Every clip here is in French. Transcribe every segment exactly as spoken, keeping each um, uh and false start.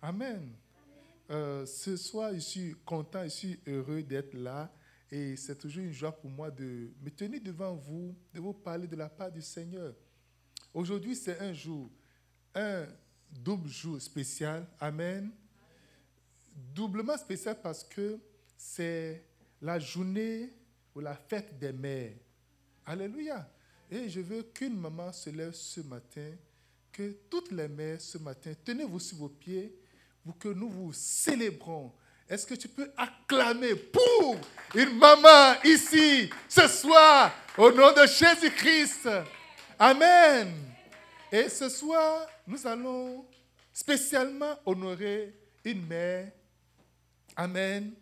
Amen. Euh, ce soir, je suis content, je suis heureux d'être là. Et c'est toujours une joie pour moi de me tenir devant vous, de vous parler de la part du Seigneur. Aujourd'hui, c'est un jour, un double jour spécial. Amen. Doublement spécial parce que c'est la journée ou la fête des mères. Alléluia. Et je veux qu'une maman se lève ce matin, que toutes les mères ce matin, tenez-vous sur vos pieds pour que nous vous célébrons. Est-ce que tu peux acclamer pour une maman ici, ce soir, au nom de Jésus-Christ? Amen. Et ce soir, nous allons spécialement honorer une mère. Amen.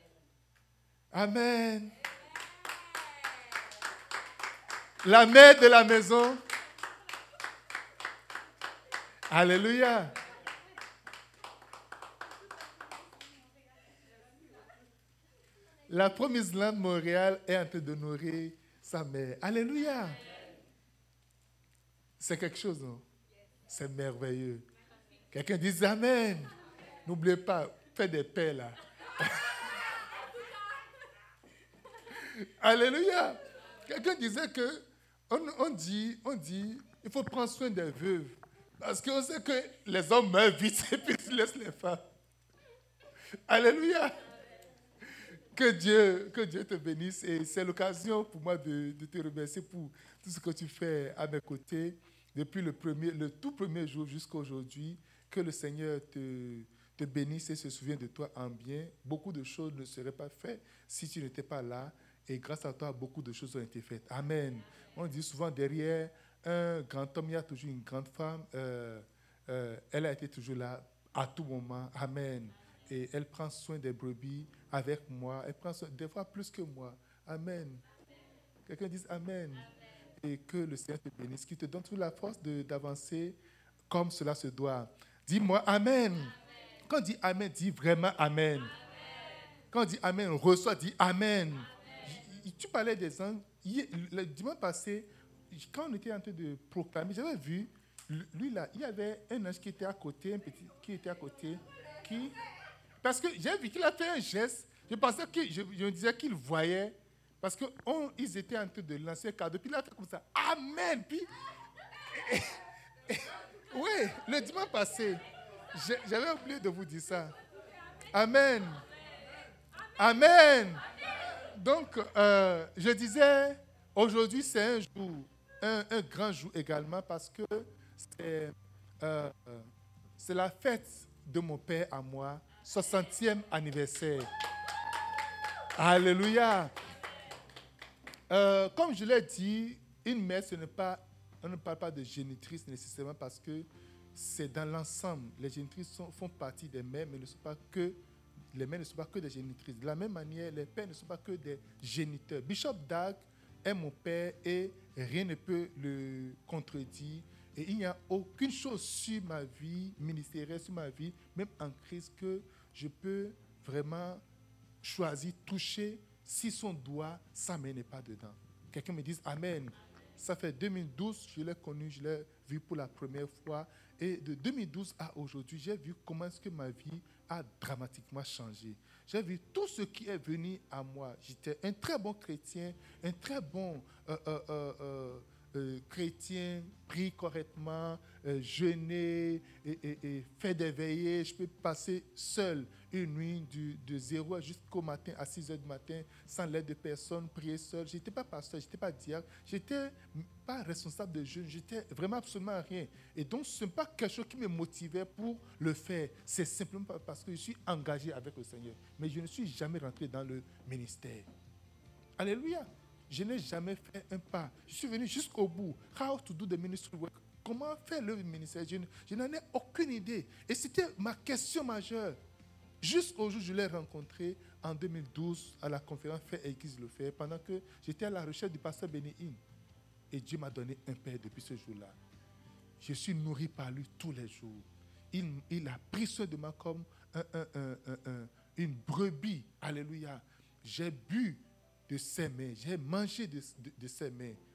Amen. La mère de la maison. Alléluia. La Promise Land Montréal est en train de nourrir sa mère. Alléluia. C'est quelque chose, non? C'est merveilleux. Quelqu'un dit Amen. N'oubliez pas, faites des paix là. Alléluia. Quelqu'un disait que on, on dit, on dit, il faut prendre soin des veuves. Parce qu'on sait que les hommes meurent vite et puis ils laissent les femmes. Alléluia. Que Dieu, que Dieu te bénisse. Et c'est l'occasion pour moi de, de te remercier pour tout ce que tu fais à mes côtés depuis le, premier, le tout premier jour jusqu'à aujourd'hui. Que le Seigneur te, te bénisse et se souvienne de toi en bien. Beaucoup de choses ne seraient pas faites si tu n'étais pas là. Et grâce à toi, beaucoup de choses ont été faites. Amen. On dit souvent derrière un grand homme, il y a toujours une grande femme. Euh, euh, elle a été toujours là à tout moment. Amen. Et elle prend soin des brebis avec moi. Elle prend soin, des fois plus que moi. Amen. Quelqu'un dise Amen. Amen. Et que le Seigneur te bénisse, qui te donne toute la force de, d'avancer comme cela se doit. Dis-moi Amen. Amen. Quand on dit Amen, dis vraiment Amen. Amen. Quand on dit Amen, on reçoit, dis Amen. Amen. Tu parlais des anges. Le dimanche passé, quand on était en train de proclamer, j'avais vu, lui là, il y avait un ange qui était à côté, un petit, qui était à côté, qui... Parce que j'ai vu qu'il a fait un geste. Je pensais que je, je me disais qu'il voyait. Parce qu'ils étaient en train de lancer un cadeau. Puis il a fait comme ça. Amen. Puis, et, et, et, oui, le dimanche passé, j'avais oublié de vous dire ça. Amen. Amen. Donc, euh, je disais, aujourd'hui, c'est un jour, un, un grand jour également, parce que c'est, euh, c'est la fête de mon père à moi. soixantième anniversaire. Alléluia. Euh, comme je l'ai dit, une mère, ce n'est pas, on ne parle pas de génitrice nécessairement parce que c'est dans l'ensemble. Les génitrices sont, font partie des mères, mais ne sont pas que, les mères ne sont pas que des génitrices. De la même manière, les pères ne sont pas que des géniteurs. Bishop Dag est mon père et rien ne peut le contredire. Et il n'y a aucune chose sur ma vie ministérielle, sur ma vie, même en crise, que je peux vraiment choisir, toucher, si son doigt, sa main n'est pas dedans. Quelqu'un me dit Amen. Ça fait deux mille douze, je l'ai connu, je l'ai vu pour la première fois. Et de deux mille douze à aujourd'hui, j'ai vu comment est-ce que ma vie a dramatiquement changé. J'ai vu tout ce qui est venu à moi. J'étais un très bon chrétien, un très bon... Euh, euh, euh, euh, Euh, chrétien, prie correctement, euh, jeûner et, et, et faire des veillées. Je peux passer seul une nuit du, de zéro jusqu'au matin, à six heures du matin, sans l'aide de personne, prier seul. Je n'étais pas pasteur, je n'étais pas diacre, je n'étais pas responsable de jeûne, j'étais vraiment absolument rien. Et donc, ce n'est pas quelque chose qui me motivait pour le faire. C'est simplement parce que je suis engagé avec le Seigneur. Mais je ne suis jamais rentré dans le ministère. Alléluia. Je n'ai jamais fait un pas. Je suis venu jusqu'au bout. How to do the ministry work. Comment faire le ministère? Je, je n'en ai aucune idée. Et c'était ma question majeure. Jusqu'au jour où je l'ai rencontré en deux mille douze à la conférence Fait et Église le fait, pendant que j'étais à la recherche du pasteur Béni-In. Et Dieu m'a donné un père depuis ce jour-là. Je suis nourri par lui tous les jours. Il, il a pris soin de moi comme un, un, un, un, un, une brebis. Alléluia. J'ai bu de ses mains. J'ai mangé de, de, de ses mains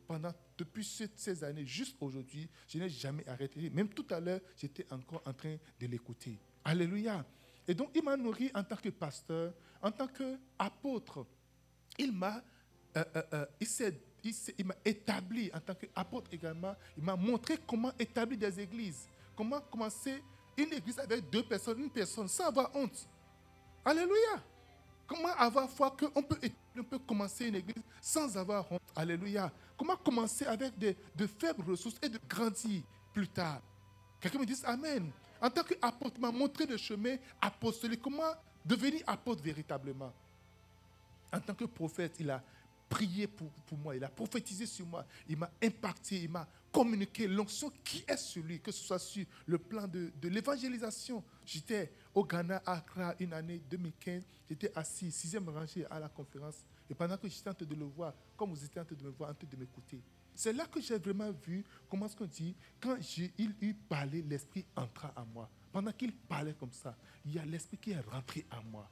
pendant, depuis ces années, juste aujourd'hui, je n'ai jamais arrêté. Même tout à l'heure, j'étais encore en train de l'écouter. Alléluia. Et donc, il m'a nourri en tant que pasteur, en tant qu'apôtre. Il m'a, euh, euh, euh, il s'est, il s'est, il m'a établi en tant qu'apôtre également. Il m'a montré comment établir des églises. Comment commencer une église avec deux personnes, une personne, sans avoir honte. Alléluia. Comment avoir foi qu'on peut, on peut commencer une église sans avoir honte. Alléluia. Comment commencer avec des, de faibles ressources et de grandir plus tard. Quelqu'un me dit Amen. En tant qu'apôtre, il m'a montré le chemin apostolique. Comment devenir apôtre véritablement. En tant que prophète, il a prié pour, pour moi. Il a prophétisé sur moi. Il m'a impacté. Il m'a communiqué l'onction qui est sur lui, que ce soit sur le plan de, de l'évangélisation. J'étais au Ghana, à Accra, une année deux mille quinze. J'étais assis, sixième rangée à la conférence. Et pendant que j'étais en train de le voir, comme vous étiez en train de me voir, en train de m'écouter, c'est là que j'ai vraiment vu, comment est-ce qu'on dit, quand j'ai, il eut parlé, l'esprit entra en moi. Pendant qu'il parlait comme ça, il y a l'esprit qui est rentré en moi.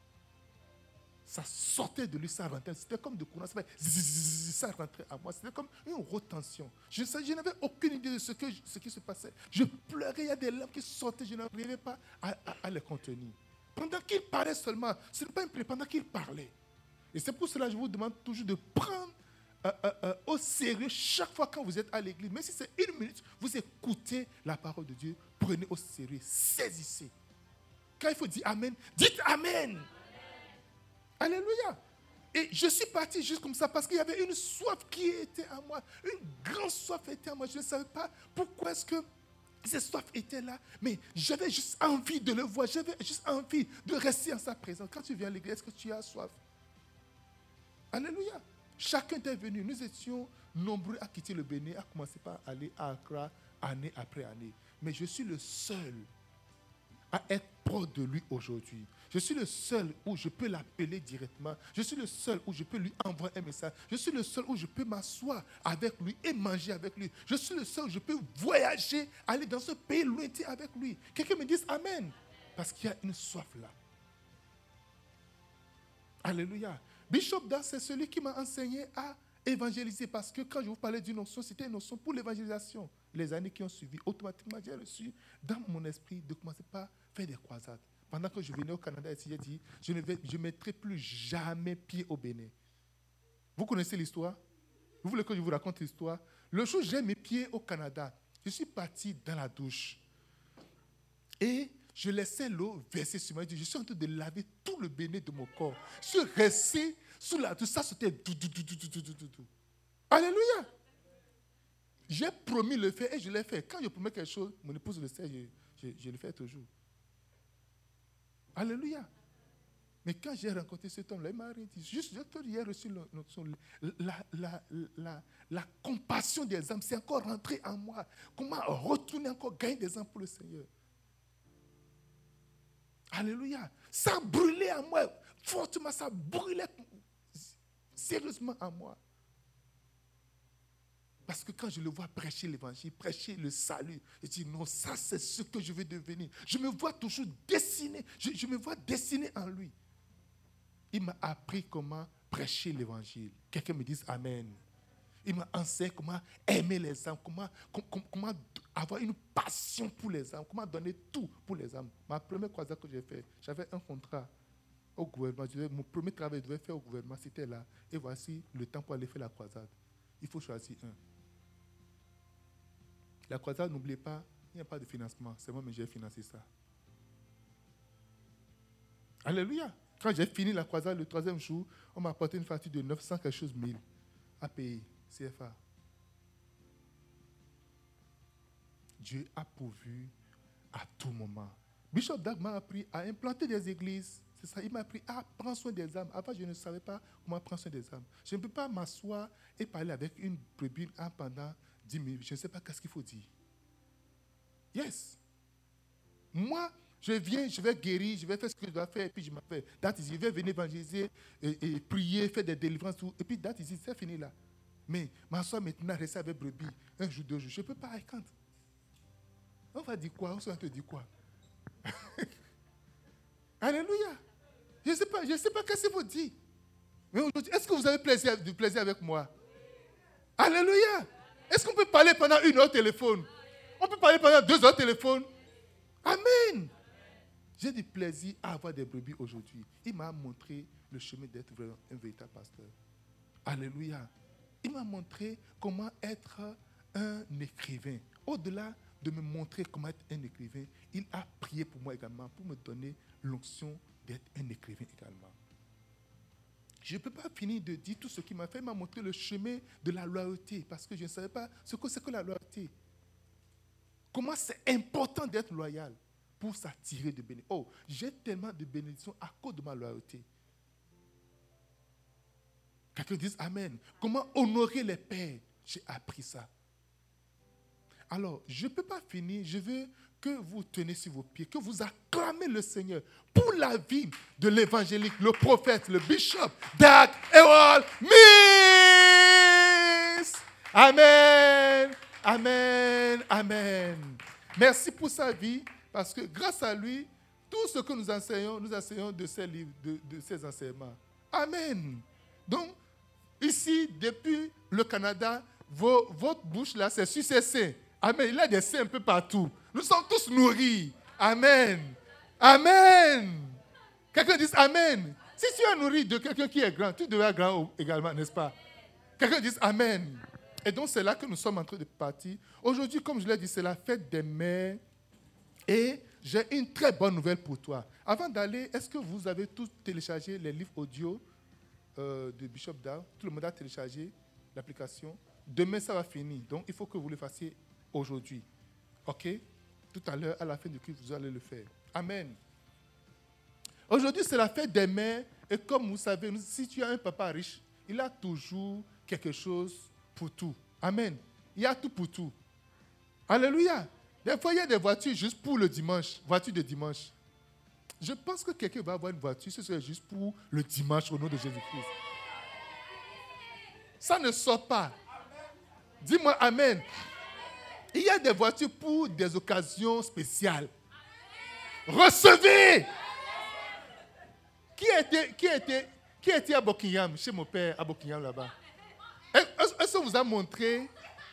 Ça sortait de lui, ça rentrait. C'était comme de courant, ça, ça rentrait à moi. C'était comme une retention. Je, je n'avais aucune idée de ce, que, ce qui se passait. Je pleurais, il y a des larmes qui sortaient, je n'arrivais pas à, à, à les contenir. Pendant qu'il parlait seulement, ce n'est pas un pendant qu'il parlait. Et c'est pour cela que je vous demande toujours de prendre euh, euh, euh, au sérieux chaque fois quand vous êtes à l'église. Même si c'est une minute, vous écoutez la parole de Dieu, prenez au sérieux, saisissez. Quand il faut dire Amen, dites Amen. Alléluia. Et je suis parti juste comme ça parce qu'il y avait une soif qui était en moi. Une grande soif était en moi. Je ne savais pas pourquoi est-ce que cette soif était là. Mais j'avais juste envie de le voir. J'avais juste envie de rester en sa présence. Quand tu viens à l'église, est-ce que tu as soif? Alléluia. Chacun était venu. Nous étions nombreux à quitter le Bénin, à commencer par aller à Accra année après année. Mais je suis le seul à être proche de lui aujourd'hui. Je suis le seul où je peux l'appeler directement. Je suis le seul où je peux lui envoyer un message. Je suis le seul où je peux m'asseoir avec lui et manger avec lui. Je suis le seul où je peux voyager, aller dans ce pays lointain avec lui. Quelqu'un me dise Amen. Parce qu'il y a une soif là. Alléluia. Bishop Das, c'est celui qui m'a enseigné à évangéliser. Parce que quand je vous parlais d'une notion, c'était une notion pour l'évangélisation. Les années qui ont suivi, automatiquement, j'ai reçu dans mon esprit de commencer par faire des croisades. Pendant que je venais au Canada, j'ai dit, je ne vais, je mettrai plus jamais pied au Bénin. Vous connaissez l'histoire? Vous voulez que je vous raconte l'histoire? Le jour où j'ai mis pieds au Canada, je suis parti dans la douche. Et je laissais l'eau verser sur moi. Je suis en train de laver tout le Bénin de mon corps. Je suis resté sous la douche. Ça, c'était tout, tout, tout, tout, tout, tout, tout, tout. Alléluia! J'ai promis le faire et je l'ai fait. Quand je promets quelque chose, mon épouse le sait, je, je, je le fais toujours. Alléluia. Mais quand j'ai rencontré cet homme-là, il m'a rien dit. Juste, j'ai reçu la, la, la, la, la compassion des âmes. C'est encore rentré en moi. Comment retourner encore, gagner des âmes pour le Seigneur. Alléluia. Ça brûlait en moi. Fortement, ça brûlait sérieusement en moi. Parce que quand je le vois prêcher l'évangile, prêcher le salut, je dis non, ça c'est ce que je veux devenir. Je me vois toujours dessiner, je, je me vois dessiner en lui. Il m'a appris comment prêcher l'évangile. Quelqu'un me dise Amen. Il m'a enseigné comment aimer les âmes, comment, comment, comment avoir une passion pour les âmes, comment donner tout pour les âmes. Ma première croisade que j'ai faite, j'avais un contrat au gouvernement. Devais, mon premier travail que je devais faire au gouvernement, c'était là. Et voici le temps pour aller faire la croisade. Il faut choisir un. La croisade, n'oubliez pas, il n'y a pas de financement. C'est moi, mais j'ai financé ça. Alléluia. Quand j'ai fini la croisade, le troisième jour, on m'a apporté une facture de neuf cents quelque chose mille à payer, C F A. Dieu a pourvu à tout moment. Bishop Dag m'a appris à implanter des églises. C'est ça, il m'a appris à prendre soin des âmes. Avant, je ne savais pas comment prendre soin des âmes. Je ne peux pas m'asseoir et parler avec une brebis pendant dix minutes. Je ne sais pas qu'est-ce qu'il faut dire. Yes. Moi, je viens, je vais guérir, je vais faire ce que je dois faire, et puis je m'appelle. That is, je vais venir évangéliser, et, et prier, faire des délivrances, tout, et puis that is, c'est fini là. Mais m'asseoir maintenant, rester avec brebis, un jour, deux jours, je ne peux pas, I can't. On va dire quoi? On va te dire quoi? Alléluia. Je ne sais pas, je ne sais pas qu'est-ce qu'il faut dire. Mais aujourd'hui, est-ce que vous avez plaisir, du plaisir avec moi? Alléluia. Est-ce qu'on peut parler pendant une heure au téléphone? On peut parler pendant deux heures au téléphone? Amen. J'ai du plaisir à avoir des brebis aujourd'hui. Il m'a montré le chemin d'être un véritable pasteur. Alléluia. Il m'a montré comment être un écrivain. Au-delà de me montrer comment être un écrivain, il a prié pour moi également, pour me donner l'onction d'être un écrivain également. Je ne peux pas finir de dire tout ce qu'il m'a fait. Il m'a montré le chemin de la loyauté, parce que je ne savais pas ce que c'est que la loyauté. Comment c'est important d'être loyal pour s'attirer de bénédictions. Oh, j'ai tellement de bénédictions à cause de ma loyauté. Quelqu'un dise Amen. Comment honorer les pères? J'ai appris ça. Alors, je ne peux pas finir. Je veux que vous tenez sur vos pieds, que vous acclamez le Seigneur pour la vie de l'évangélique, le prophète, le bishop, Dag Heward Mills. Amen. Amen. Amen. Merci pour sa vie, parce que grâce à lui, tout ce que nous enseignons, nous enseignons de ses livres, de, de ses enseignements. Amen. Donc, ici, depuis le Canada, vos, votre bouche là, c'est sur ses seins. Amen. Il a des seins un peu partout. Nous sommes tous nourris. Amen. Amen. Quelqu'un dit Amen. Si tu es nourri de quelqu'un qui est grand, tu devrais être grand également, n'est-ce pas? Quelqu'un dit Amen. Et donc, c'est là que nous sommes en train de partir. Aujourd'hui, comme je l'ai dit, c'est la fête des mères. Et j'ai une très bonne nouvelle pour toi. Avant d'aller, est-ce que vous avez tous téléchargé les livres audio euh, de Bishop Dag? Tout le monde a téléchargé l'application. Demain, ça va finir. Donc, il faut que vous le fassiez aujourd'hui. OK? Tout à l'heure, à la fin du culte, vous allez le faire. Amen. Aujourd'hui, c'est la fête des mères. Et comme vous savez, si tu as un papa riche, il a toujours quelque chose pour tout. Amen. Il y a tout pour tout. Alléluia. Des fois, il y a des voitures juste pour le dimanche. Voiture de dimanche. Je pense que quelqu'un va avoir une voiture, ce serait juste pour le dimanche au nom de Jésus-Christ. Ça ne sort pas. Dis-moi Amen. Il y a des voitures pour des occasions spéciales. Recevez. Qui était, qui était, qui était à Buckingham, chez mon père, à Buckingham là-bas? Est-ce qu'on vous a montré...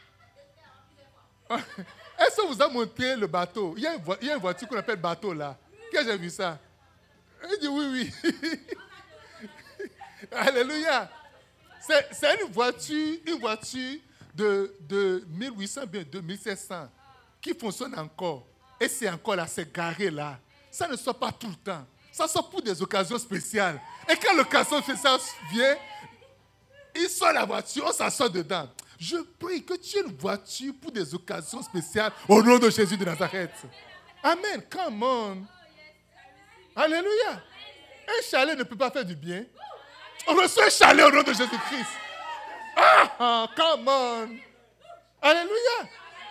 Est-ce qu'on vous a montré le bateau? Il y a une, vo- il y a une voiture qu'on appelle bateau là. Qui a vu ça? Il dit oui, oui. Alléluia. C'est, c'est une voiture, une voiture de, de mille huit cents, bien de mille sept cents qui fonctionne encore. Et c'est encore là, c'est garé là. Ça ne sort pas tout le temps. Ça sort pour des occasions spéciales. Et quand l'occasion spéciale vient, il sort la voiture, on s'assoit dedans. Je prie que tu aies une voiture pour des occasions spéciales au nom de Jésus de Nazareth. Amen. Come on. Alléluia. Un chalet ne peut pas faire du bien. On reçoit un chalet au nom de Jésus-Christ. Ah, ah, come on. Alléluia.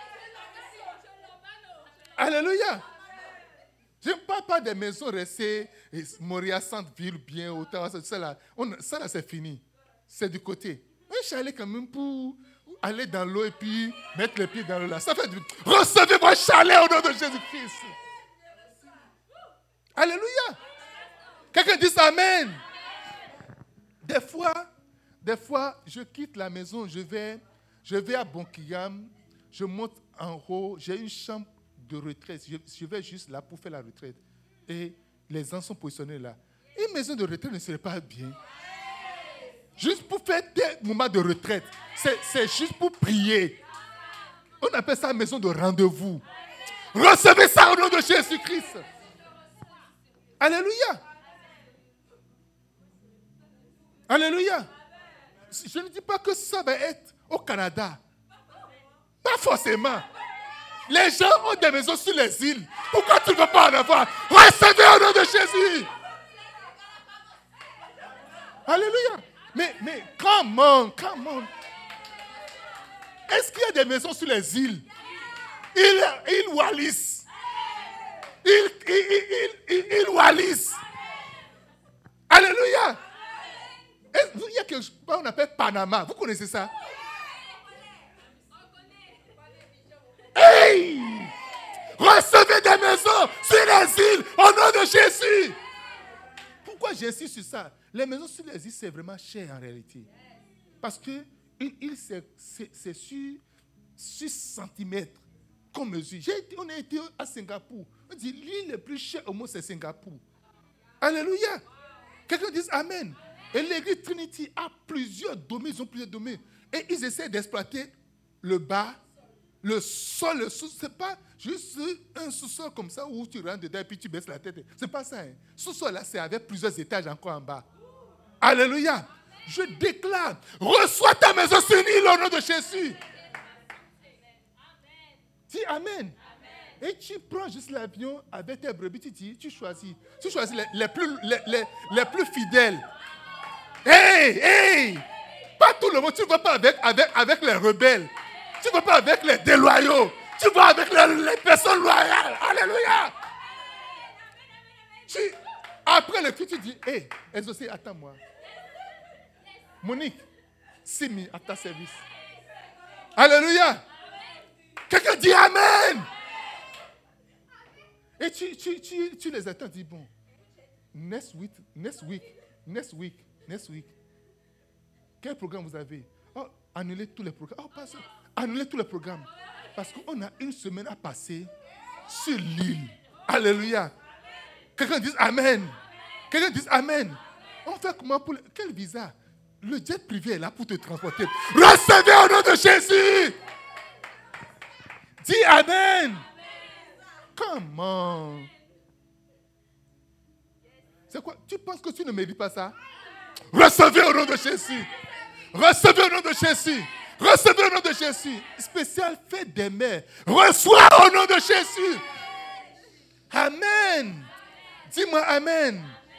Alléluia. Je ne parle pas des maisons restées, Montréal, Centre-Ville, bien, Ottawa, ça là, on, ça là c'est fini. C'est du côté. Un chalet quand même pour aller dans l'eau et puis mettre les pieds dans l'eau là. Ça fait du... Recevez votre chalet au nom de Jésus-Christ. Alléluia. Quelqu'un dit Amen. Des fois, des fois, je quitte la maison, je vais, je vais à Buckingham, je monte en haut, j'ai une chambre de retraite. Je, je vais juste là pour faire la retraite. Et les gens sont positionnés là. Une maison de retraite ne serait pas bien. Juste pour faire des moments de retraite. C'est, c'est juste pour prier. On appelle ça maison de rendez-vous. Recevez ça au nom de Jésus-Christ. Alléluia. Alléluia. Je ne dis pas que ça va être au Canada. Pas forcément. Les gens ont des maisons sur les îles. Pourquoi tu ne veux pas en avoir? Recevez au nom de Jésus. Alléluia. Mais, mais, come on, come on. Est-ce qu'il y a des maisons sur les îles? Il, il Wallis. Il, il, il, il, il Wallis. Alléluia. Il y a quelque chose qu'on appelle Panama. Vous connaissez ça? Hey! Recevez des maisons sur les îles au nom de Jésus. Pourquoi j'insiste sur ça? Les maisons sur les îles, c'est vraiment cher en réalité. Parce que il, il, c'est, c'est, c'est sur six centimètres qu'on mesure. J'ai été, on a été à Singapour. On dit l'île la plus chère au monde, c'est Singapour. Alléluia. Quelqu'un dit Amen. Et l'église Trinity a plusieurs domaines, ils ont plusieurs domaines. Et ils essaient d'exploiter le bas, le sol, le sous. Ce n'est pas juste un sous-sol comme ça où tu rentres dedans et puis tu baisses la tête. Ce n'est pas ça. Hein. Sous-sol là, c'est avec plusieurs étages encore en bas. Alléluia. Je déclare, reçois ta maison sur l'île au nom de Jésus. Dis Amen. Et tu prends juste l'avion avec tes brebis, tu dis, tu choisis. Tu choisis les, les, plus, les, les, les plus fidèles. Hey, hey! Pas tout le monde, tu ne vas pas avec, avec, avec les rebelles. Tu ne vas pas avec les déloyaux. Tu vas avec les, les personnes loyales. Alléluia! Tu, après le cri, tu dis, hey, Exaucé, attends-moi. Monique, Simi, à ta service. Alléluia! Quelqu'un dit Amen! Et tu, tu, tu, tu les attends, dis bon, next week, next week, next week, next week, quel programme vous avez? Oh, annulez tous les programmes. Oh, pas ça. Annulez tous les programmes. Parce qu'on a une semaine à passer sur l'île. Alléluia. Quelqu'un dit Amen. Quelqu'un dit Amen. On fait comment pour le... Quel visa? Le jet privé est là pour te transporter. Recevez au nom de Jésus. Dis Amen. Comment? C'est quoi? Tu penses que tu ne mérites pas ça? Recevez au nom de Jésus. Recevez au nom de Jésus. Recevez au nom de Jésus. Spécial fête des mères. Reçois au nom de Jésus. Amen. Dis-moi Amen.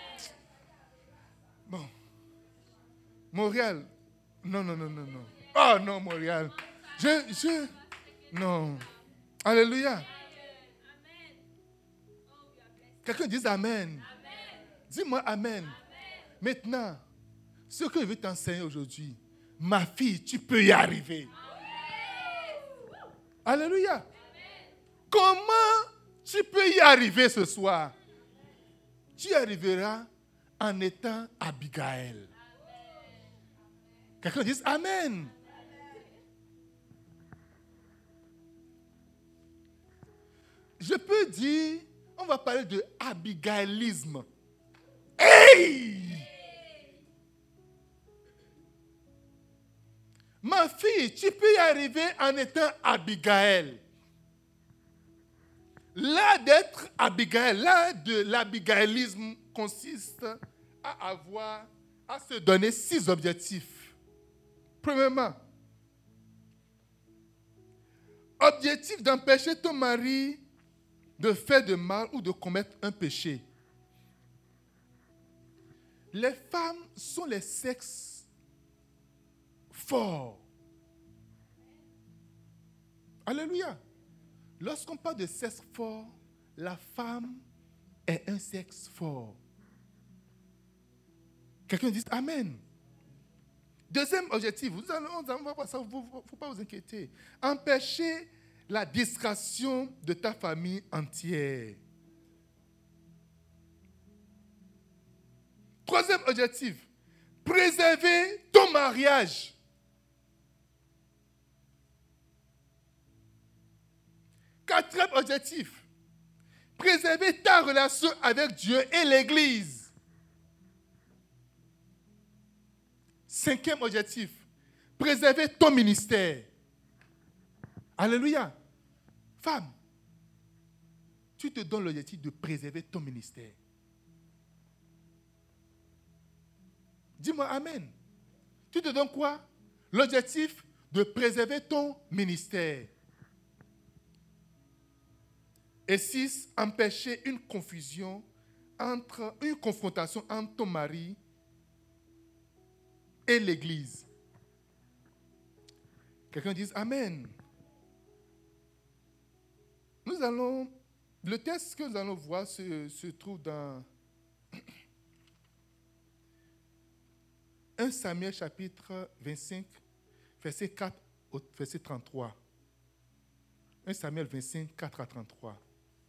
Bon. Montréal. Non, non, non, non, non. Oh non, Montréal. Je, je, non. Alléluia. Quelqu'un dit Amen. Dis-moi Amen. Amen. Maintenant, ce que je veux t'enseigner aujourd'hui, ma fille, tu peux y arriver. Amen. Alléluia. Amen. Comment tu peux y arriver ce soir? Tu y arriveras en étant Abigail. Amen. Quelqu'un dit Amen. Amen. Je peux dire, on va parler de abigailisme. Hey! Ma fille, tu peux y arriver en étant Abigail. Là d'être Abigail, là de l'abigailisme consiste à avoir, à se donner six objectifs. Premièrement, objectif d'empêcher ton mari de faire de mal ou de commettre un péché. Les femmes sont les sexes forts. Alléluia. Lorsqu'on parle de sexe fort, la femme est un sexe fort. Quelqu'un dit Amen. Deuxième objectif, vous allez, on va voir ça, il ne faut pas vous inquiéter. Empêcher la distraction de ta famille entière. Troisième objectif, préserver ton mariage. Quatrième objectif, préserver ta relation avec Dieu et l'Église. Cinquième objectif, préserver ton ministère. Alléluia. Femme, tu te donnes l'objectif de préserver ton ministère. Dis-moi Amen. Tu te donnes quoi? L'objectif de préserver ton ministère. Et six, empêcher une confusion entre, une confrontation entre ton mari et l'Église. Quelqu'un dit Amen. Nous allons, le texte que nous allons voir se, se trouve dans premier Samuel chapitre vingt-cinq, verset quatre au verset trente-trois. premier Samuel vingt-cinq, quatre à trente-trois.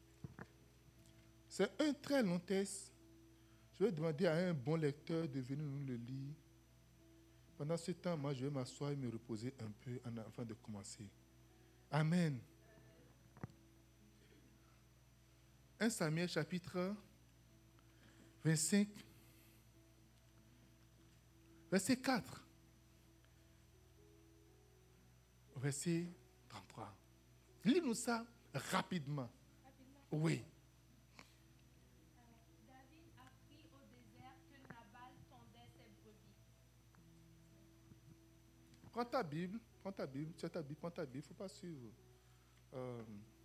C'est un très long texte. Je vais demander à un bon lecteur de venir nous le lire. Pendant ce temps, moi, je vais m'asseoir et me reposer un peu avant de commencer. Amen. un Samuel chapitre vingt-cinq, verset quatre. Verset trente-trois. Lis-nous ça rapidement. Rapidement. Oui. David apprit au désert que Nabal tondait ses brebis. Prends ta Bible, prends ta Bible, tu as ta Bible, prends ta Bible, il ne faut pas suivre. Euh,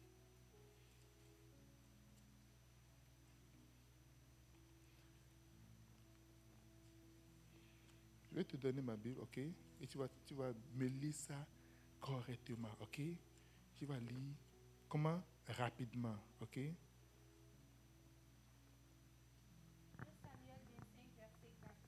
je vais te donner ma Bible, ok? Et tu vas, tu vas me lire ça correctement, ok? Tu vas lire comment? Rapidement, ok? un Samuel vingt-cinq, verset quatre.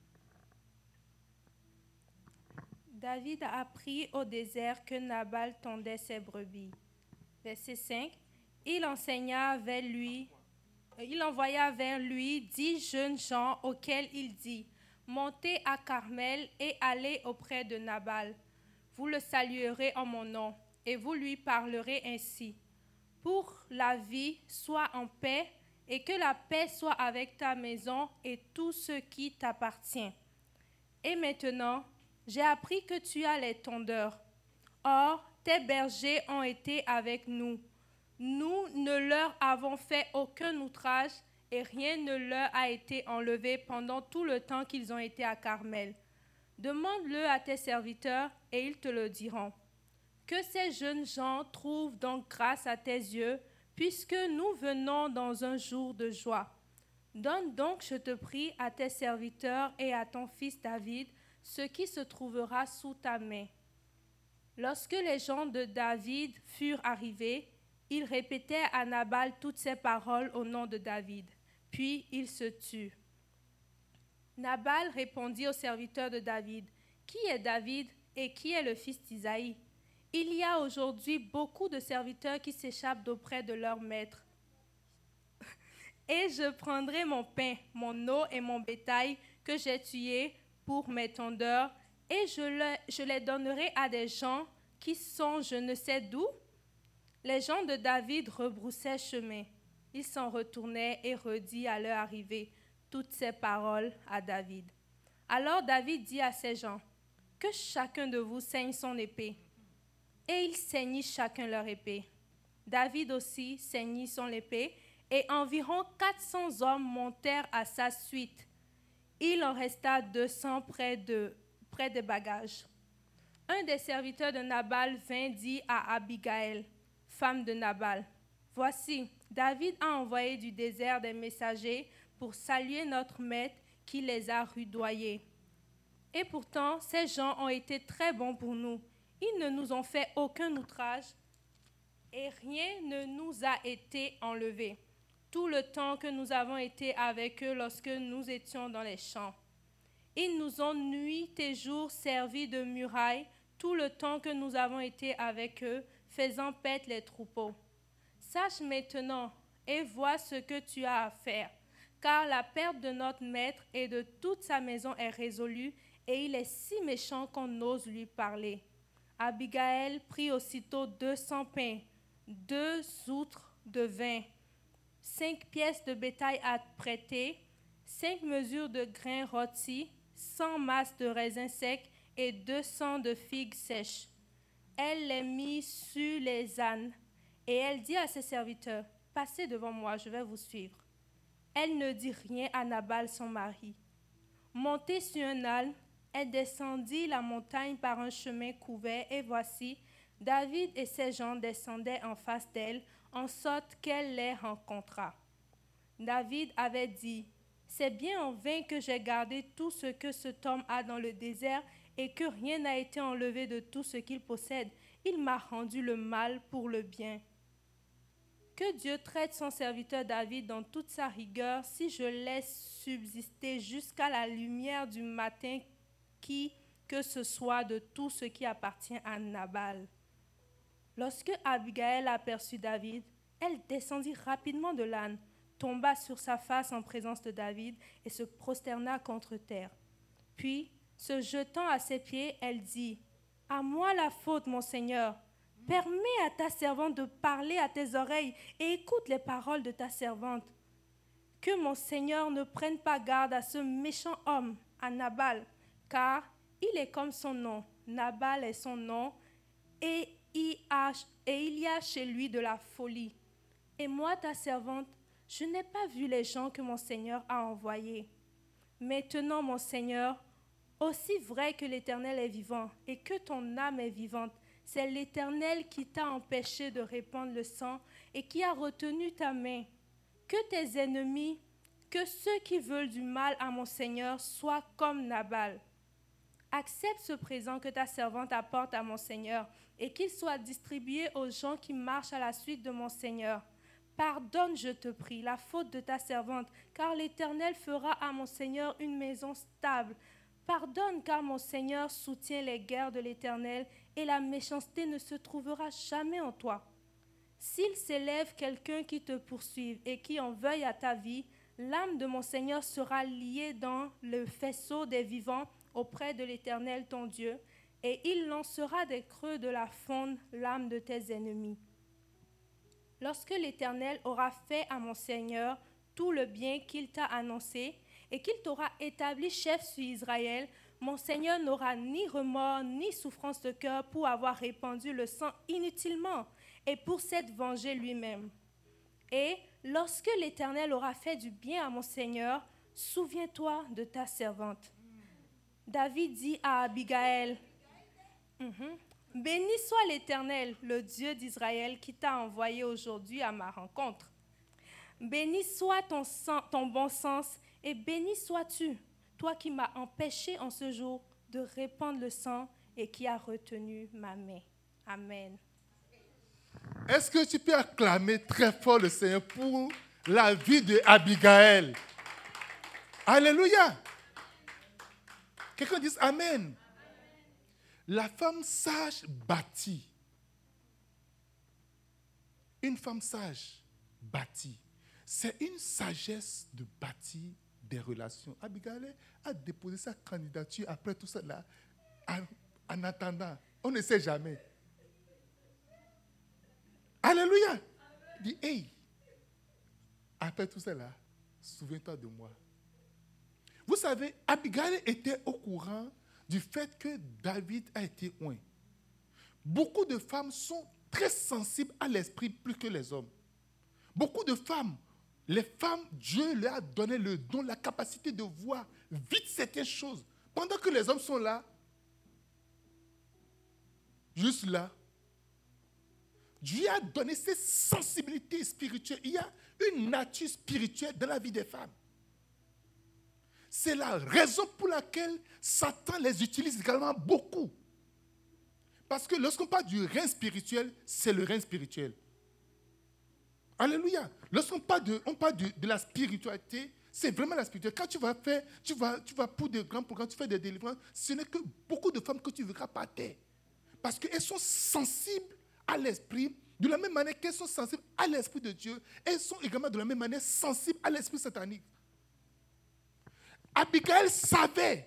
David a appris au désert que Nabal tondait ses brebis. Verset cinq. Il enseigna vers lui, il envoya vers lui dix jeunes gens auxquels il dit: Montez à Carmel et allez auprès de Nabal. Vous le saluerez en mon nom, et vous lui parlerez ainsi: Pour la vie, sois en paix, et que la paix soit avec ta maison et tout ce qui t'appartient. Et maintenant, j'ai appris que tu as les tondeurs. Or, tes bergers ont été avec nous. Nous ne leur avons fait aucun outrage et rien ne leur a été enlevé pendant tout le temps qu'ils ont été à Carmel. Demande-le à tes serviteurs et ils te le diront. Que ces jeunes gens trouvent donc grâce à tes yeux, puisque nous venons dans un jour de joie. Donne donc, je te prie, à tes serviteurs et à ton fils David ce qui se trouvera sous ta main. Lorsque les gens de David furent arrivés, ils répétèrent à Nabal toutes ces paroles au nom de David. Puis ils se turent. Nabal répondit aux serviteurs de David: Qui est David et qui est le fils d'Isaïe? Il y a aujourd'hui beaucoup de serviteurs qui s'échappent d'auprès de leur maître. Et je prendrai mon pain, mon eau et mon bétail que j'ai tué pour mes tondeurs, et je, le, je les donnerai à des gens qui sont je ne sais d'où. Les gens de David rebroussaient chemin. Ils s'en retournaient et redit à leur arrivée toutes ces paroles à David. Alors David dit à ses gens: Que chacun de vous saigne son épée. Et ils saignit chacun leur épée. David aussi saignit son épée, et environ quatre cents hommes montèrent à sa suite. Il en resta deux cents près, de, près des bagages. Un des serviteurs de Nabal vint dire à Abigail, femme de Nabal: Voici, David a envoyé du désert des messagers pour saluer notre maître qui les a rudoyés. Et pourtant, ces gens ont été très bons pour nous. Ils ne nous ont fait aucun outrage et rien ne nous a été enlevé tout le temps que nous avons été avec eux lorsque nous étions dans les champs. Ils nous ont nuit et jour servi de muraille tout le temps que nous avons été avec eux, faisant paître les troupeaux. Sache maintenant et vois ce que tu as à faire, car la perte de notre maître et de toute sa maison est résolue, et il est si méchant qu'on ose lui parler. Abigail prit aussitôt deux cents pains, deux outres de vin, cinq pièces de bétail à prêter, cinq mesures de grains rôtis, cent masses de raisins secs et deux cents de figues sèches. Elle les mit sur les ânes, et elle dit à ses serviteurs: Passez devant moi, je vais vous suivre. Elle ne dit rien à Nabal son mari. Montée sur un âne, elle descendit la montagne par un chemin couvert, et voici, David et ses gens descendaient en face d'elle, en sorte qu'elle les rencontra. David avait dit: C'est bien en vain que j'ai gardé tout ce que cet homme a dans le désert et que rien n'a été enlevé de tout ce qu'il possède. Il m'a rendu le mal pour le bien. Que Dieu traite son serviteur David dans toute sa rigueur si je laisse subsister jusqu'à la lumière du matin qui que ce soit de tout ce qui appartient à Nabal. Lorsque Abigail aperçut David, elle descendit rapidement de l'âne, tomba sur sa face en présence de David et se prosterna contre terre. Puis, se jetant à ses pieds, elle dit: À moi la faute, mon Seigneur. Permets à ta servante de parler à tes oreilles et écoute les paroles de ta servante. Que mon Seigneur ne prenne pas garde à ce méchant homme, à Nabal, car il est comme son nom. Nabal est son nom, et il, a, et il y a chez lui de la folie. Et moi, ta servante, je n'ai pas vu les gens que mon Seigneur a envoyés. Maintenant, mon Seigneur, aussi vrai que l'Éternel est vivant et que ton âme est vivante, c'est l'Éternel qui t'a empêché de répandre le sang et qui a retenu ta main. Que tes ennemis, que ceux qui veulent du mal à mon Seigneur soient comme Nabal. Accepte ce présent que ta servante apporte à mon Seigneur et qu'il soit distribué aux gens qui marchent à la suite de mon Seigneur. Pardonne, je te prie, la faute de ta servante, car l'Éternel fera à mon Seigneur une maison stable. Pardonne, car mon Seigneur soutient les guerres de l'Éternel et la méchanceté ne se trouvera jamais en toi. S'il s'élève quelqu'un qui te poursuive et qui en veuille à ta vie, l'âme de mon Seigneur sera liée dans le faisceau des vivants auprès de l'Éternel ton Dieu, et il lancera des creux de la fonde l'âme de tes ennemis. Lorsque l'Éternel aura fait à mon Seigneur tout le bien qu'il t'a annoncé, et qu'il t'aura établi chef sur Israël, mon Seigneur n'aura ni remords ni souffrance de cœur pour avoir répandu le sang inutilement et pour s'être vengé lui-même. Et lorsque l'Éternel aura fait du bien à mon Seigneur, souviens-toi de ta servante. David dit à Abigail, mm-hmm, « Béni soit l'Éternel, le Dieu d'Israël, qui t'a envoyé aujourd'hui à ma rencontre. Béni soit ton, sang, ton bon sens, et béni sois-tu, toi qui m'as empêché en ce jour de répandre le sang et qui as retenu ma main. » Amen. Est-ce que tu peux acclamer très fort le Seigneur pour la vie d'Abigail? Alléluia. Quelqu'un dise Amen. Amen. La femme sage bâtit. Une femme sage bâtit. C'est une sagesse de bâtir des relations. Abigail a déposé sa candidature après tout cela. En, en attendant, on ne sait jamais. Alléluia. Il dit, hey, après tout cela, souviens-toi de moi. Vous savez, Abigail était au courant du fait que David a été oint. Beaucoup de femmes sont très sensibles à l'esprit plus que les hommes. Beaucoup de femmes, les femmes, Dieu leur a donné le don, la capacité de voir vite certaines choses. Pendant que les hommes sont là, juste là, Dieu a donné ces sensibilités spirituelles. Il y a une nature spirituelle dans la vie des femmes. C'est la raison pour laquelle Satan les utilise également beaucoup. Parce que lorsqu'on parle du règne spirituel, c'est le règne spirituel. Alléluia. Lorsqu'on parle de, on parle de, de la spiritualité, c'est vraiment la spiritualité. Quand tu vas faire, tu vas, tu vas pour des grands programmes, tu fais des délivrances, ce n'est que beaucoup de femmes que tu verras par terre. Parce qu'elles sont sensibles à l'esprit, de la même manière qu'elles sont sensibles à l'esprit de Dieu, elles sont également de la même manière sensibles à l'esprit satanique. Abigail savait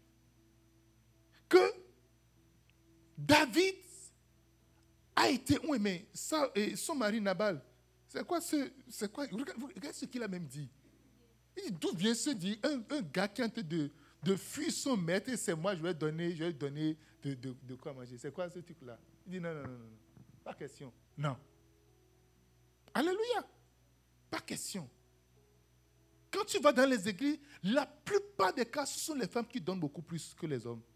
que David a été oint, mais ça, et son mari Nabal, c'est quoi ce, c'est quoi, regarde, regarde ce qu'il a même dit. Il dit, d'où vient ce dit, un, un gars qui est en train de, de fuir son maître, et c'est moi, je vais donner, je vais donner de, de, de quoi manger. C'est quoi ce truc-là? Il dit, non, non, non, non, pas question. Non. Alléluia. Pas question. Quand tu vas dans les églises, la plupart des cas, ce sont les femmes qui donnent beaucoup plus que les hommes.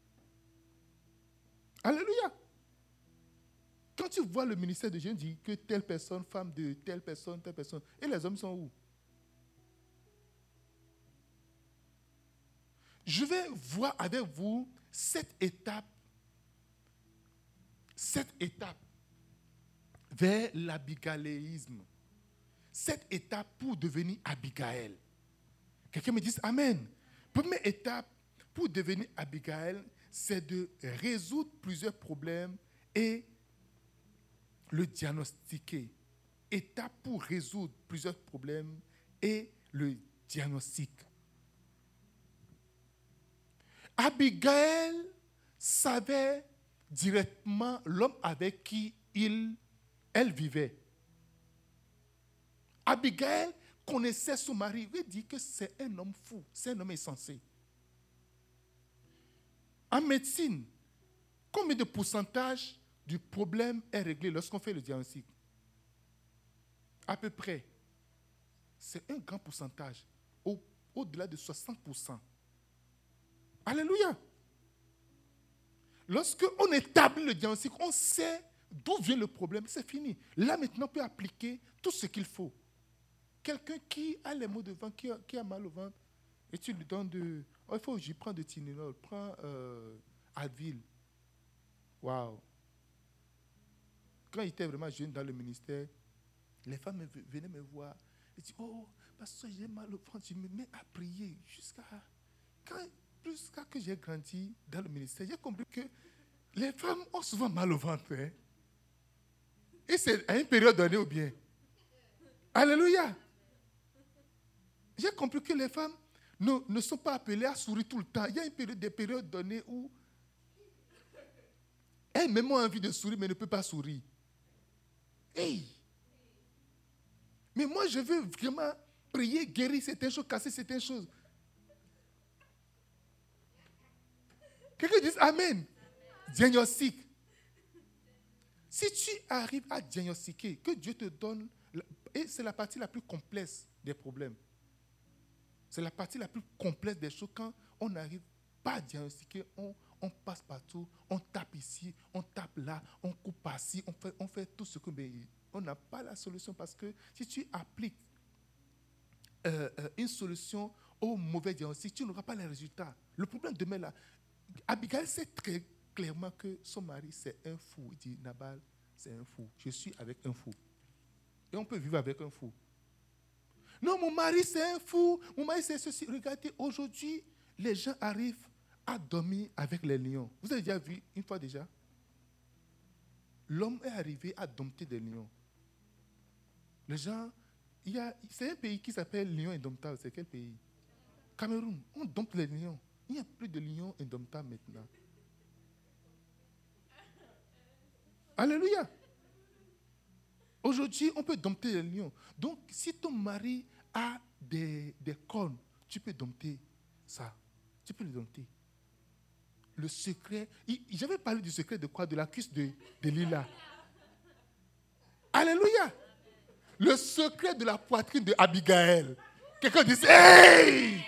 Alléluia. Quand tu vois le ministère de Dieu, dit que telle personne, femme de telle personne, telle personne, et les hommes sont où? Je vais voir avec vous cette étape, cette étape vers l'abigaïlisme. Cette étape pour devenir Abigail. Quelqu'un me dit Amen. Première étape pour devenir Abigail, c'est de résoudre plusieurs problèmes et le diagnostiquer. Étape pour résoudre plusieurs problèmes et le diagnostic. Abigail savait directement l'homme avec qui il, elle vivait. Abigail connaissait son mari. Il dit que c'est un homme fou, c'est un homme insensé. En médecine, combien de pourcentage du problème est réglé lorsqu'on fait le diagnostic? À peu près. C'est un grand pourcentage, au, au-delà de soixante pour cent. Alléluia. Lorsqu'on établit le diagnostic, on sait d'où vient le problème, c'est fini. Là, maintenant, on peut appliquer tout ce qu'il faut. Quelqu'un qui a les maux de ventre, qui a, qui a mal au ventre, et tu lui donnes de... Oh, il faut que j'y prends de Tylenol, prends euh, Advil. Waouh. Quand j'étais vraiment jeune dans le ministère, les femmes venaient me voir et disaient, oh, parce que j'ai mal au ventre, je me mets à prier jusqu'à... Quand, jusqu'à que j'ai grandi dans le ministère, j'ai compris que les femmes ont souvent mal au ventre. Hein? Et c'est à une période donnée ou bien. Alléluia. J'ai compris que les femmes ne, ne sont pas appelées à sourire tout le temps. Il y a une période, des périodes données où elles même ont envie de sourire, mais ne peuvent pas sourire. Hey! Mais moi, je veux vraiment prier, guérir certaines choses, casser certaines choses. Quelqu'un dit Amen. Diagnostic. Si tu arrives à diagnostiquer, que Dieu te donne, et c'est la partie la plus complexe des problèmes. C'est la partie la plus complexe des choses. Quand on n'arrive pas à diagnostiquer, on, on passe partout, on tape ici, on tape là, on coupe par-ci, on fait, on fait tout ce que... Mais on n'a pas la solution parce que si tu appliques euh, euh, une solution au mauvais diagnostic, tu n'auras pas les résultats. Le problème demeure là. Abigail sait très clairement que son mari, c'est un fou. Il dit, Nabal, c'est un fou. Je suis avec un fou. Et on peut vivre avec un fou. Non, mon mari, c'est un fou. Mon mari, c'est ceci. Regardez, aujourd'hui, les gens arrivent à dormir avec les lions. Vous avez déjà vu, une fois déjà, l'homme est arrivé à dompter des lions. Les gens, il y a, c'est un pays qui s'appelle Lion Indomptable. C'est quel pays? Cameroun. On dompte les lions. Il n'y a plus de lions indomptables maintenant. Alléluia. Aujourd'hui, on peut dompter les lions. Donc, si ton mari a des, des cornes, tu peux dompter ça. Tu peux le dompter. Le secret, il, j'avais parlé du secret de quoi? De la cuisse de, de Lila. Alléluia. Le secret de la poitrine de Abigail. Quelqu'un dit, hey!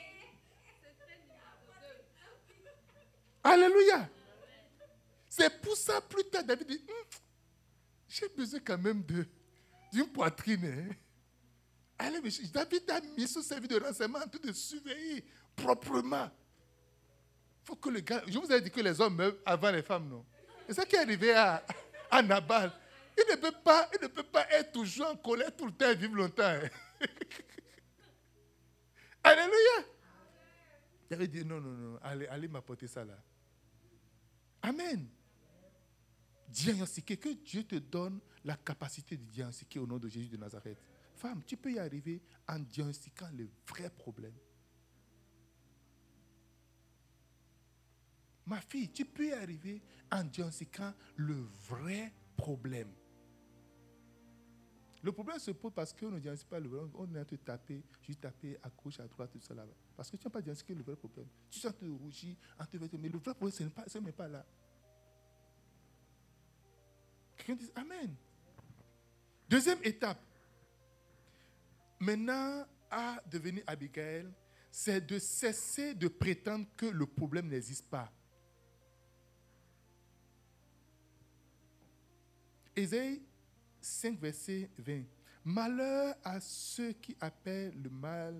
Alléluia. C'est pour ça, plus tard, David dit, hm, j'ai besoin quand même de, d'une poitrine. Hein. Allez, mais David a mis son service de renseignement en train de surveiller proprement. Il faut que le gars... Je vous ai dit que les hommes meurent avant les femmes, non? C'est ça qui est arrivé à, à Nabal. Il ne peut pas, il ne peut pas être toujours en colère tout le temps et vivre longtemps. Hein. Alléluia. J'avais dit, non, non, non, allez, allez m'apporter ça là. Amen. Diagnostiquer, que Dieu te donne la capacité de diagnostiquer au nom de Jésus de Nazareth. Femme, tu peux y arriver en diagnostiquant les vrais problèmes. Ma fille, tu peux y arriver en diagnostiquant le vrai problème. Le problème se pose parce qu'on ne diagnostique pas le vrai. On est en train de taper, juste taper à gauche, à droite, tout ça là-bas. Parce que tu n'as pas diagnostiqué le vrai problème. Tu es en train de rougir, en train de... mais le vrai problème, ce n'est pas, ce n'est pas là. Quelqu'un dit Amen. Deuxième étape. Maintenant, à devenir Abigail, c'est de cesser de prétendre que le problème n'existe pas. Ésaïe cinq, verset vingt. Malheur à ceux qui appellent le mal,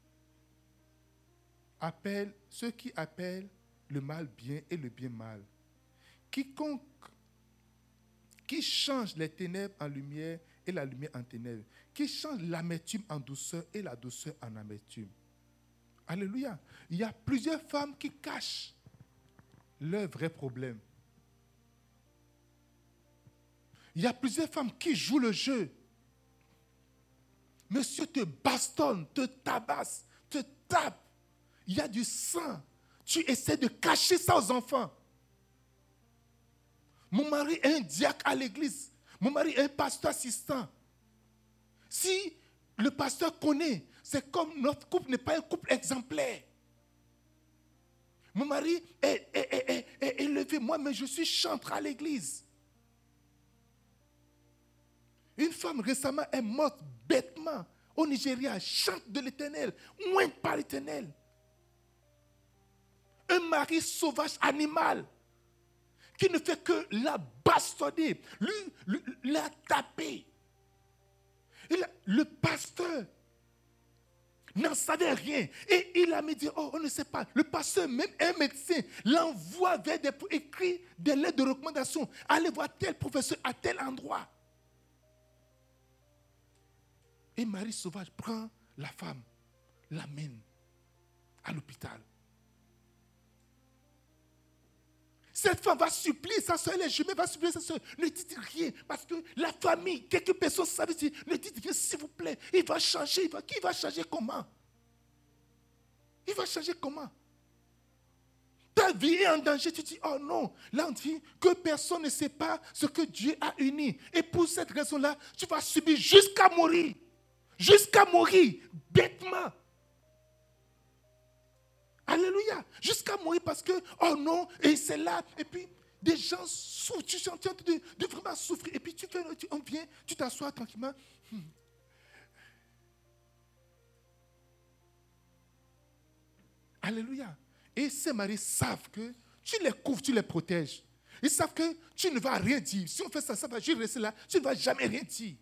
appellent, ceux qui appellent le mal bien et le bien mal. Quiconque qui change les ténèbres en lumière et la lumière en ténèbres, qui change l'amertume en douceur et la douceur en amertume. Alléluia. Il y a plusieurs femmes qui cachent leurs vrais problèmes. Il y a plusieurs femmes qui jouent le jeu. Monsieur te bastonne, te tabasse, te tape. Il y a du sang. Tu essaies de cacher ça aux enfants. Mon mari est un diacre à l'église. Mon mari est un pasteur assistant. Si le pasteur connaît, c'est comme notre couple n'est pas un couple exemplaire. Mon mari est, est, est, est, est élevé. Moi, mais je suis chantre à l'église. Une femme récemment est morte bêtement au Nigeria, chante de l'Éternel, moins par l'Éternel. Un mari sauvage animal qui ne fait que la bastonner, lui, lui, la taper. Et là, le pasteur n'en savait rien. Et il a me dit, oh, on ne sait pas. Le pasteur, même un médecin, l'envoie vers des écrits des lettres de recommandation. Allez voir tel professeur à tel endroit. Et Marie Sauvage prend la femme, l'amène à l'hôpital. Cette femme va supplier sa soeur, elle est jumelle, va supplier sa soeur. Ne dites rien, parce que la famille, quelques personnes savent dire, ne dites rien, s'il vous plaît. Il va changer, il va, qui va changer comment? Il va changer comment? Ta vie est en danger, tu dis, oh non. Là, on dit que personne ne sait pas ce que Dieu a uni. Et pour cette raison-là, tu vas subir jusqu'à mourir. Jusqu'à mourir, bêtement. Alléluia. Jusqu'à mourir parce que, oh non, et c'est là. Et puis, des gens souffrent. Tu es en train de, de vraiment souffrir. Et puis, tu fais, tu, on vient, tu t'assois tranquillement. Hmm. Alléluia. Et ces maris savent que tu les couvres, tu les protèges. Ils savent que tu ne vas rien dire. Si on fait ça, ça va juste rester là. Tu ne vas jamais rien dire.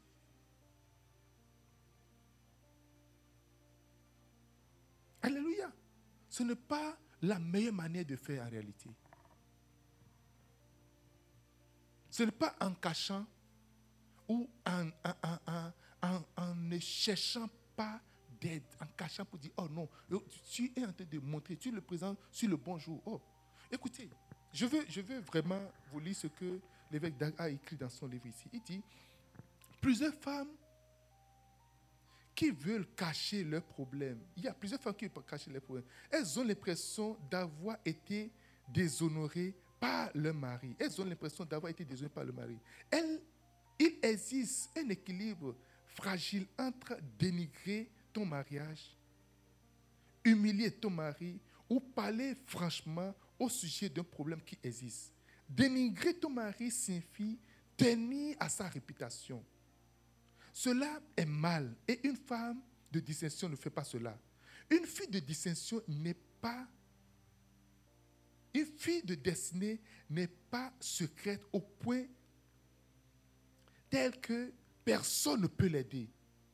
Alléluia. Ce n'est pas la meilleure manière de faire en réalité. Ce n'est pas en cachant ou en, en, en, en, en ne cherchant pas d'aide, en cachant pour dire, oh non, tu es en train de montrer, tu le présentes sur le bon jour. Oh, écoutez, je veux, je veux vraiment vous lire ce que l'évêque Dag a écrit dans son livre ici. Il dit, plusieurs femmes qui veulent cacher leurs problèmes. Il y a plusieurs femmes qui veulent cacher leurs problèmes. Elles ont l'impression d'avoir été déshonorées par leur mari. Elles ont l'impression d'avoir été déshonorées par le mari. Elles, il existe un équilibre fragile entre dénigrer ton mariage, humilier ton mari ou parler franchement au sujet d'un problème qui existe. Dénigrer ton mari signifie tenir à sa réputation. Cela est mal et une femme de distinction ne fait pas cela. Une fille de distinction n'est pas, une fille de destinée n'est pas secrète au point tel que personne ne peut l'aider.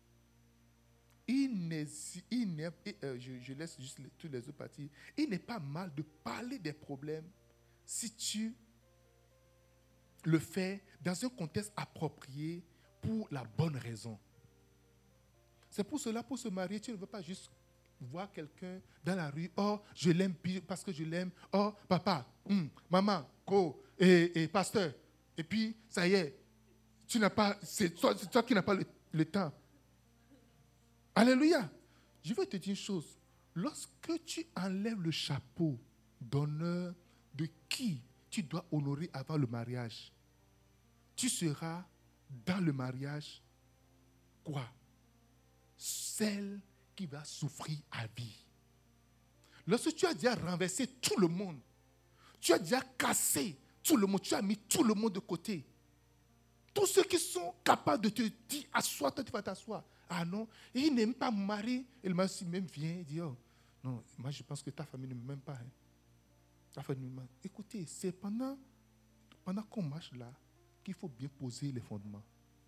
Il n'est, il n'est, euh, je, je laisse juste les, tous les autres parties. Il n'est pas mal de parler des problèmes si tu le fais dans un contexte approprié pour la bonne raison. C'est pour cela, pour se marier, tu ne veux pas juste voir quelqu'un dans la rue, oh, je l'aime parce que je l'aime, oh, papa, hum, maman, co, et, et pasteur. Et puis, ça y est, tu n'as pas, c'est toi, c'est toi qui n'as pas le, le temps. Alléluia. Je vais te dire une chose. Lorsque tu enlèves le chapeau d'honneur de qui tu dois honorer avant le mariage, tu seras dans le mariage quoi? Celle qui va souffrir à vie. Lorsque tu as déjà renversé tout le monde, tu as déjà cassé tout le monde, tu as mis tout le monde de côté. Tous ceux qui sont capables de te dire, assois, toi tu vas t'asseoir. Ah non, et il n'aime pas mon mari. Et le mari même vient et dit, oh, non, moi je pense que ta famille ne m'aime pas. Hein. Ta famille ne m'aime pas. Écoutez, c'est pendant, pendant qu'on marche là qu'il faut bien poser les fondements.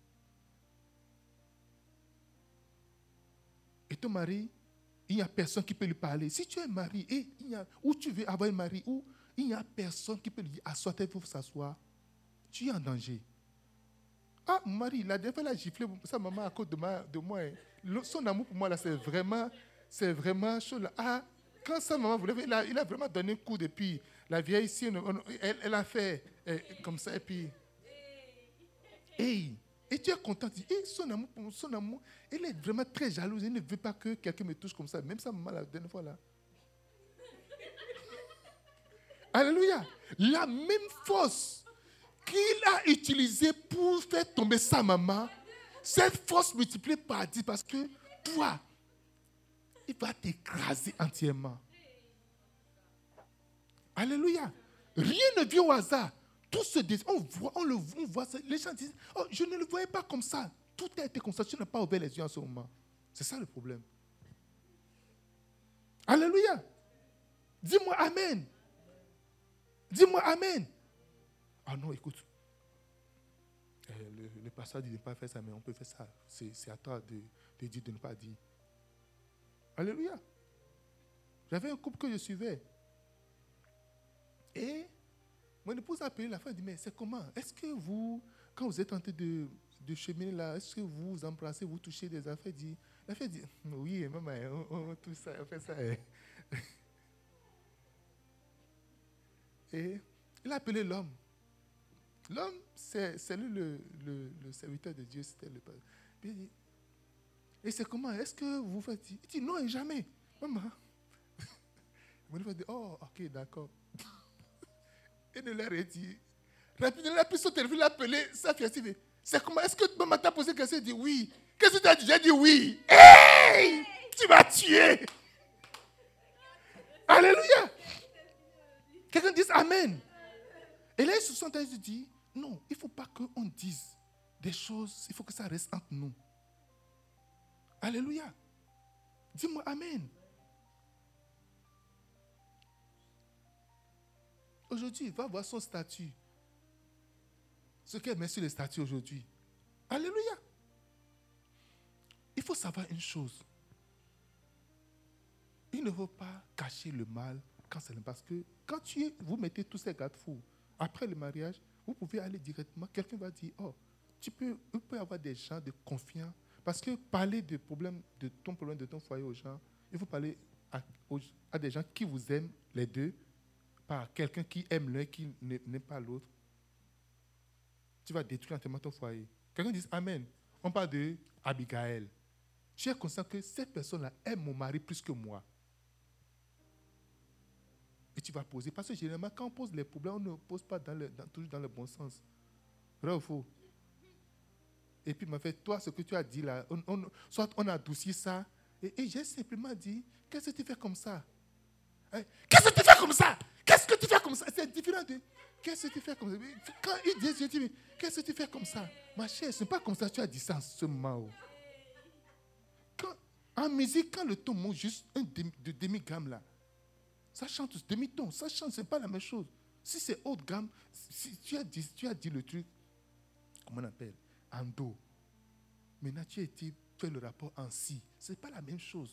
Et ton mari, il n'y a personne qui peut lui parler. Si tu es marié, et il y a, ou tu veux avoir un mari, ou il n'y a personne qui peut lui dire, assois, il faut s'asseoir, tu es en danger. Ah, mon mari, la dernière fois, il a giflé sa maman à cause de, ma, de moi. Hein. Son amour pour moi, là, c'est vraiment, c'est vraiment chaud. Là. Ah, quand sa maman voulait, il a, il a vraiment donné un coup depuis. La vieille ici, elle, elle a fait eh, comme ça, et puis... Hey, et tu es content, tu dis, hey, son amour, son amour, elle est vraiment très jalouse, elle ne veut pas que quelqu'un me touche comme ça, même sa maman la dernière fois là. Alléluia. La même force qu'il a utilisé pour faire tomber sa maman, cette force multipliée par dix, parce que toi, il va t'écraser entièrement. Alléluia. Rien ne vient au hasard. Tout se dé... on voit, on le on voit ça. Les gens disent, oh, je ne le voyais pas comme ça. Tout a été comme ça. Tu n'as pas ouvert les yeux en ce moment. C'est ça le problème. Alléluia. Dis-moi Amen. Dis-moi Amen. Ah non, écoute. Le, le pasteur dit de ne pas faire ça, mais on peut faire ça. C'est, c'est à toi de, de dire de ne pas dire. Alléluia. J'avais un couple que je suivais. Et mon épouse a appelé la femme et dit, mais c'est comment? Est-ce que vous, quand vous êtes en train de, de cheminer là, est-ce que vous vous embrassez, vous touchez des affaires? Dit, la femme dit, oui, maman, on, on, tout ça, on fait ça. Et il a appelé l'homme. L'homme, c'est, c'est lui le, le, le serviteur de Dieu. C'était le... Puis il dit, et c'est comment? Est-ce que vous faites? Il dit, non, jamais. Maman. Il m'a dit, oh, ok, d'accord. Et de leur a dit, rapidement, il a pris son téléphone, il a appelé sa fiancée. C'est comment? Est-ce que maman t'a posé question? Il dit, oui. Qu'est-ce que tu as dit? J'ai dit, oui. Hey! Tu m'as tué. Alléluia. Quelqu'un dise Amen. Et là, ils se sont dit, non, il ne faut pas qu'on dise des choses, il faut que ça reste entre nous. Alléluia. Dis-moi Amen. Aujourd'hui, va voir son statut. Ce qu'elle met sur le statut aujourd'hui. Alléluia. Il faut savoir une chose. Il ne faut pas cacher le mal quand c'est le... Parce que quand tu, vous mettez tous ces garde-fous, après le mariage, vous pouvez aller directement. Quelqu'un va dire, oh, tu peux, il peut y avoir des gens de confiance. Parce que parler de, problème, de ton problème, de ton foyer aux gens, il faut parler à, aux, à des gens qui vous aiment, les deux, pas quelqu'un qui aime l'un qui n'aime pas l'autre. Tu vas détruire entièrement ton foyer. Quelqu'un dit Amen. On parle de Abigail. Tu es conscient que cette personne-là aime mon mari plus que moi. Et tu vas poser. Parce que généralement, quand on pose les problèmes, on ne pose pas dans le, dans, toujours dans le bon sens. Vrai ou faux? Et puis, en fait, toi, ce que tu as dit là, on, on, soit on a adouci ça, et, et j'ai simplement dit, qu'est-ce que tu fais comme ça? Hein? Qu'est-ce que tu fais comme ça? Qu'est-ce que tu fais comme ça? C'est différent de, qu'est-ce que tu fais comme ça? Quand ils disent, je dis, mais qu'est-ce que tu fais comme ça? Ma chère, ce n'est pas comme ça que tu as dit ça en ce moment. Quand, en musique, quand le ton monte juste un demi, de demi-gamme là, ça chante demi-ton, ça chante, ce n'est pas la même chose. Si c'est haute gamme, si tu as dit, tu as dit le truc, comment on appelle? En do. Maintenant, tu as été fait le rapport en si. Ce n'est pas la même chose.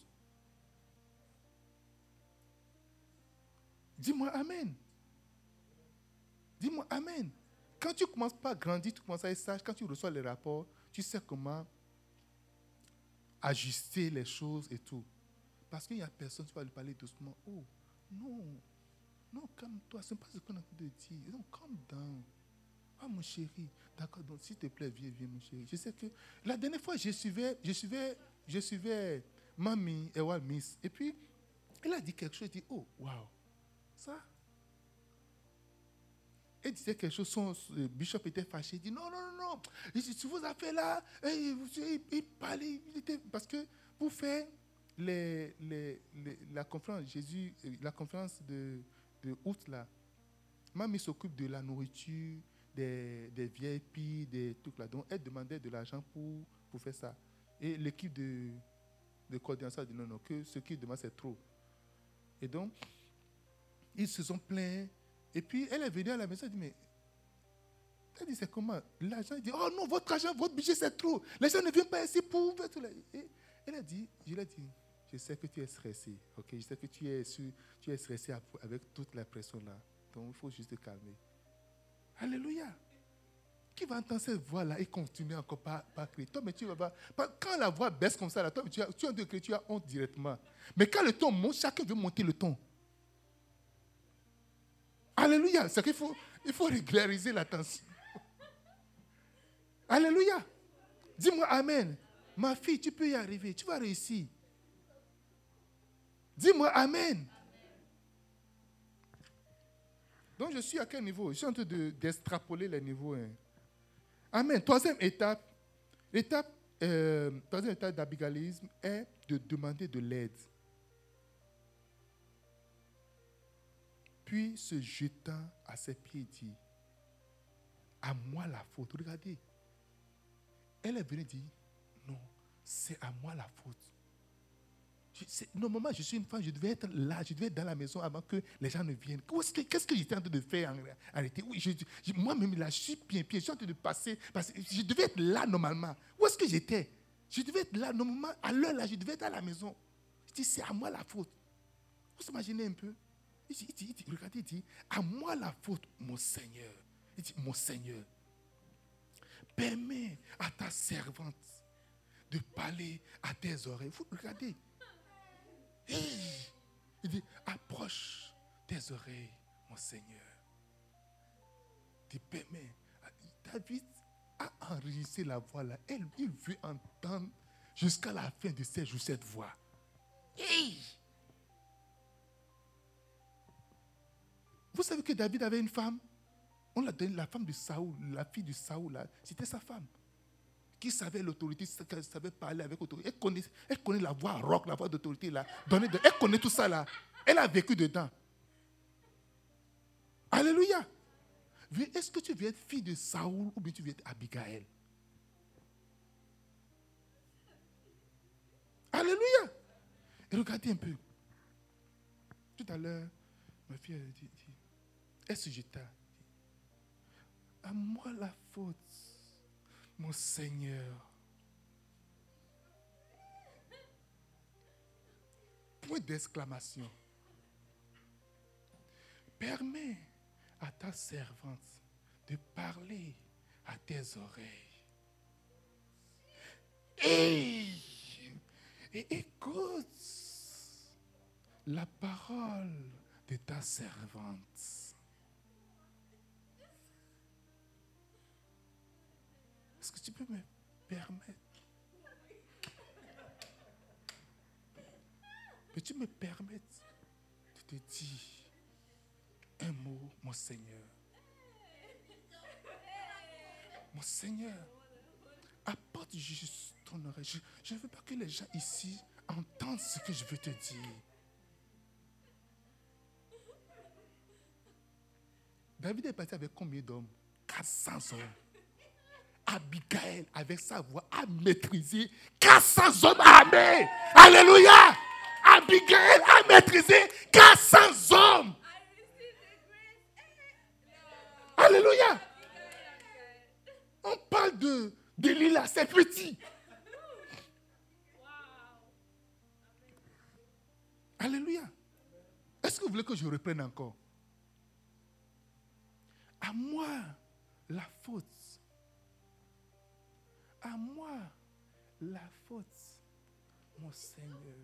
Dis-moi Amen. Dis-moi Amen. Quand tu ne commences pas à grandir, tu commences à être sage. Quand tu reçois les rapports, tu sais comment ajuster les choses et tout. Parce qu'il n'y a personne, tu vas lui parler doucement. Oh, non, non, calme-toi. Ce n'est pas ce qu'on a envie de dire. Non, calme down. Ah, mon chéri, d'accord, donc s'il te plaît, viens, viens, mon chéri. Je sais que la dernière fois, je suivais, je suivais, je suivais Mamie Ewal Miss. Et puis, elle a dit quelque chose, elle dit, oh, waouh, ça. Elle disait quelque chose, son euh, bishop était fâché. Il dit, non, non, non, non, si vous avez fait là, il, il, il parlait, il était, parce que pour faire les, les, les, la conférence, Jésus, la conférence de, de août, là, Mamie s'occupe de la nourriture, Des, des V I P, des trucs là. Donc, elle demandait de l'argent pour, pour faire ça. Et l'équipe de, de coordination a dit non, non, que ce qu'ils demandent, c'est trop. Et donc, ils se sont plaints. Et puis, elle est venue à la maison, elle dit, mais, elle dit, c'est comment? L'argent, elle dit, oh non, votre argent, votre budget, c'est trop. Les gens ne viennent pas ici pour faire tout. Et elle a dit, je lui ai dit, je sais que tu es stressé, ok? Je sais que tu es, sur, tu es stressé avec toute la pression là. Donc, il faut juste te calmer. Alléluia. Qui va entendre cette voix-là et continuer encore par, par crier? Toi, mais tu vas voir. Quand la voix baisse comme ça, là, toi, tu as, tu as, tu as honte directement. Mais quand le ton monte, chacun veut monter le ton. Alléluia. C'est qu'il faut, il faut régulariser la tension. Alléluia. Dis-moi Amen. Ma fille, tu peux y arriver. Tu vas réussir. Dis-moi Amen. Donc, je suis à quel niveau? Je suis en train de, d'extrapoler les niveaux. Hein. Amen. Troisième étape, l'étape, euh, troisième étape d'abigalisme est de demander de l'aide. Puis, se jetant à ses pieds, dit, à moi la faute. Regardez. Elle est venue dire, non, c'est à moi la faute. Je, c'est, normalement, je suis une femme, je devais être là, je devais être dans la maison avant que les gens ne viennent. Qu'est-ce que, qu'est-ce que j'étais en train de faire en réalité? Oui, je, je, moi-même, là, je suis bien, bien, je suis en train de passer, parce que je devais être là normalement. Où est-ce que j'étais? Je devais être là, normalement, à l'heure là, je devais être à la maison. Je dis, c'est à moi la faute. Vous imaginez un peu? Il dit, il dit, il dit, regardez, il dit, à moi la faute, mon Seigneur. Il dit, mon Seigneur, permets à ta servante de parler à tes oreilles. Vous regardez. Hey, il dit, approche tes oreilles, mon Seigneur. Il dit, permets. David a enregistré la voix là. Elle, il veut entendre jusqu'à la fin de ses jours cette voix. Hey. Vous savez que David avait une femme? On l'a donné, la femme de Saoul, la fille de Saoul, là, c'était sa femme. Qui savait l'autorité, qui savait parler avec l'autorité. Elle connaît, elle connaît la voix rock, la voix d'autorité, là. De, elle connaît tout ça, là. Elle a vécu dedans. Alléluia. Est-ce que tu veux être fille de Saoul ou bien tu veux être Abigail? Alléluia. Et regardez un peu. Tout à l'heure, ma fille, elle dit, dit elle se jeta. À moi la faute, mon Seigneur. Point d'exclamation. Permets à ta servante de parler à tes oreilles. Et, et écoute la parole de ta servante. Est-ce que tu peux me permettre? Peux-tu me permettre de te dire un mot, mon Seigneur? Mon Seigneur, apporte juste ton oreille. Je ne veux pas que les gens ici entendent ce que je veux te dire. David est parti avec combien d'hommes? quatre cents hommes. Abigail, avec sa voix, a maîtrisé quatre cents hommes armés. Alléluia. Abigail a maîtrisé quatre cents hommes. Alléluia. On parle de, de Lila, c'est petit. Alléluia. Est-ce que vous voulez que je reprenne encore? À moi, la faute. À moi, la faute, mon Seigneur.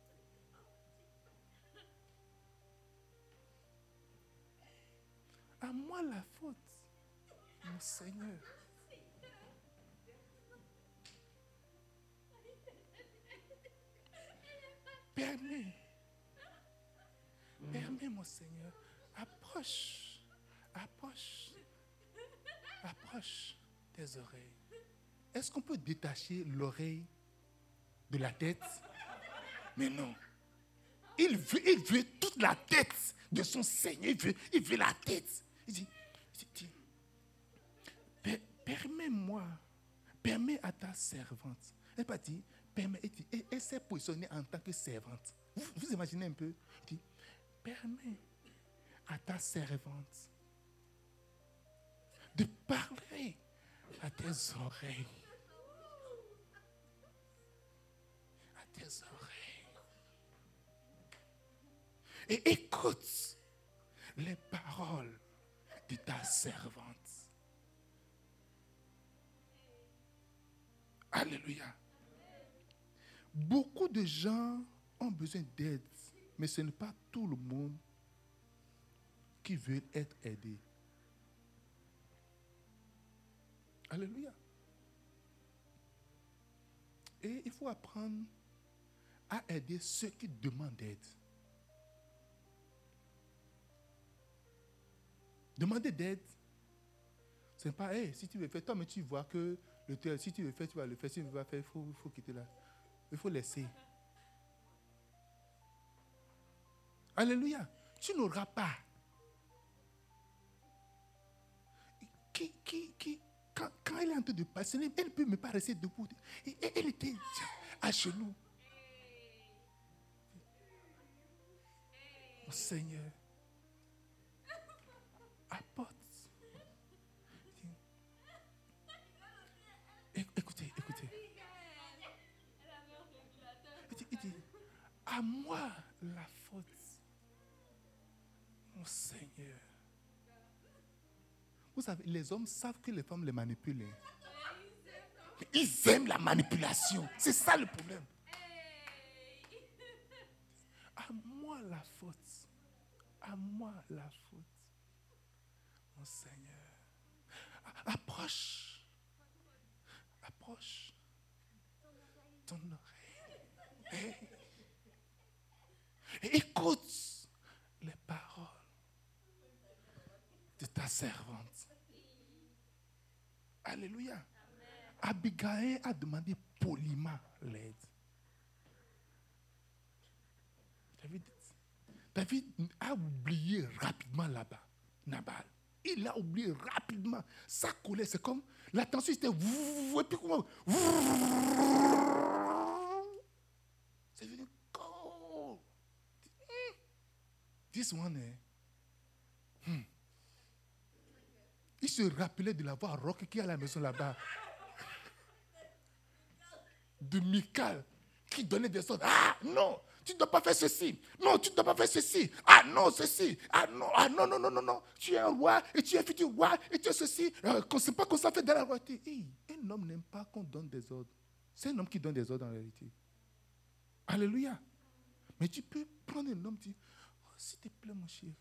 À moi, la faute, mon Seigneur. Permets, permets, mon Seigneur, approche, approche, approche tes oreilles. Est-ce qu'on peut détacher l'oreille de la tête? Mais non. Il veut, il veut toute la tête de son Seigneur. Il veut, il veut la tête. Il dit, il dit per, permets-moi, permets à ta servante. Elle n'a pas dit, permets, elle, elle, elle s'est positionnée en tant que servante. Vous, vous imaginez un peu? Il dit, permets à ta servante de parler à tes oreilles. À tes oreilles. Et écoute les paroles de ta servante. Alléluia. Beaucoup de gens ont besoin d'aide, mais ce n'est pas tout le monde qui veut être aidé. Alléluia. Et il faut apprendre à aider ceux qui demandent d'aide. Demander d'aide. Ce n'est pas, hey, si tu veux faire, toi, mais tu vois que le théâtre, si tu veux faire, tu vas le faire. Si tu ne veux pas faire, il faut, faut quitter là. Il faut laisser. Alléluia. Tu n'auras pas. Qui, qui, qui, quand, quand elle est en train de passer, elle ne peut même pas rester debout. Et, et, elle était à genoux. Oh Seigneur, apporte. Écoutez, écoutez. Il dit, il dit, à moi la faute. Mon Seigneur. Vous savez, les hommes savent que les femmes les manipulent. Ils aiment la manipulation. C'est ça le problème. À moi la faute. À moi la faute. Mon Seigneur. Approche. Approche. Ton oreille. Et écoute les paroles de ta servante. Alléluia. Amen. Abigail a demandé poliment l'aide. David, David a oublié rapidement là-bas, Nabal. Il a oublié rapidement. Sa colère, c'est comme la tension, c'était. Et puis comment. C'est venu. Go. This one, eh? Hmm. Il se rappelait de la voix rock qui est à la maison là-bas. De Michal, qui donnait des ordres. Ah non, tu ne dois pas faire ceci. Non, tu ne dois pas faire ceci. Ah non, ceci. Ah non, ah non, non, non, non, non. Tu es un roi et tu es un futur roi et tu es ceci. Euh, c'est pas comme ça fait dans la royauté. Hey, un homme n'aime pas qu'on donne des ordres. C'est un homme qui donne des ordres en réalité. Alléluia. Mais tu peux prendre un homme et dire, oh, s'il te plaît, mon chéri,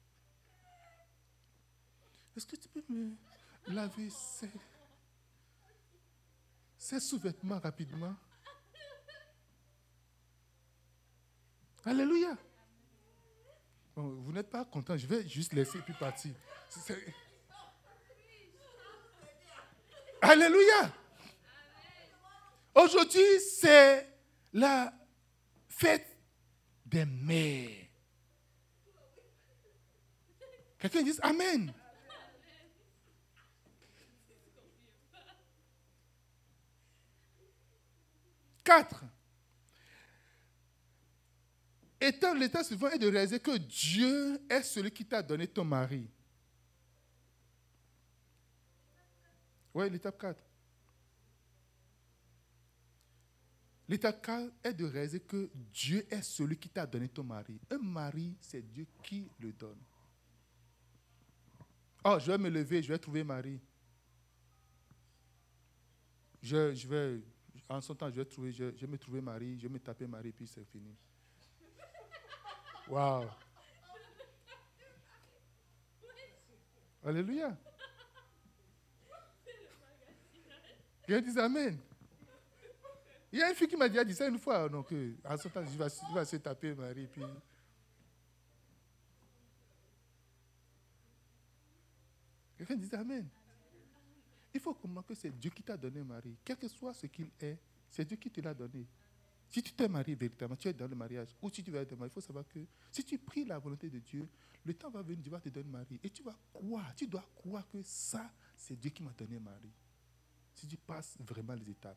est-ce que tu peux me laver ces, ces sous-vêtements rapidement? Alléluia. Bon, vous n'êtes pas content, je vais juste laisser et puis partir. C'est... Alléluia. Aujourd'hui, c'est la fête des mères. Quelqu'un dit Amen. Quatre. Étant l'état suivant est de réaliser que Dieu est celui qui t'a donné ton mari. Oui, l'étape quatre. L'étape quatre est de réaliser que Dieu est celui qui t'a donné ton mari. Un mari, c'est Dieu qui le donne. Oh, je vais me lever, je vais trouver Marie. Je, je vais, en son temps, je vais, trouver, je, je vais me trouver Marie, je vais me taper Marie, puis c'est fini. Waouh! Alléluia! Je dis Amen. Il y a une fille qui m'a déjà dit ça une fois, donc en son temps, je vais, je vais se taper Marie, puis... Quelqu'un dit Amen. Il faut comprendre que c'est Dieu qui t'a donné Marie. Quel que soit ce qu'il est, c'est Dieu qui te l'a donné. Si tu t'es marié véritablement, tu es dans le mariage, ou si tu veux être marié, il faut savoir que si tu pries la volonté de Dieu, le temps va venir, Dieu va te donner Marie. Et tu vas croire, tu dois croire que ça, c'est Dieu qui m'a donné Marie. Si tu passes vraiment les étapes.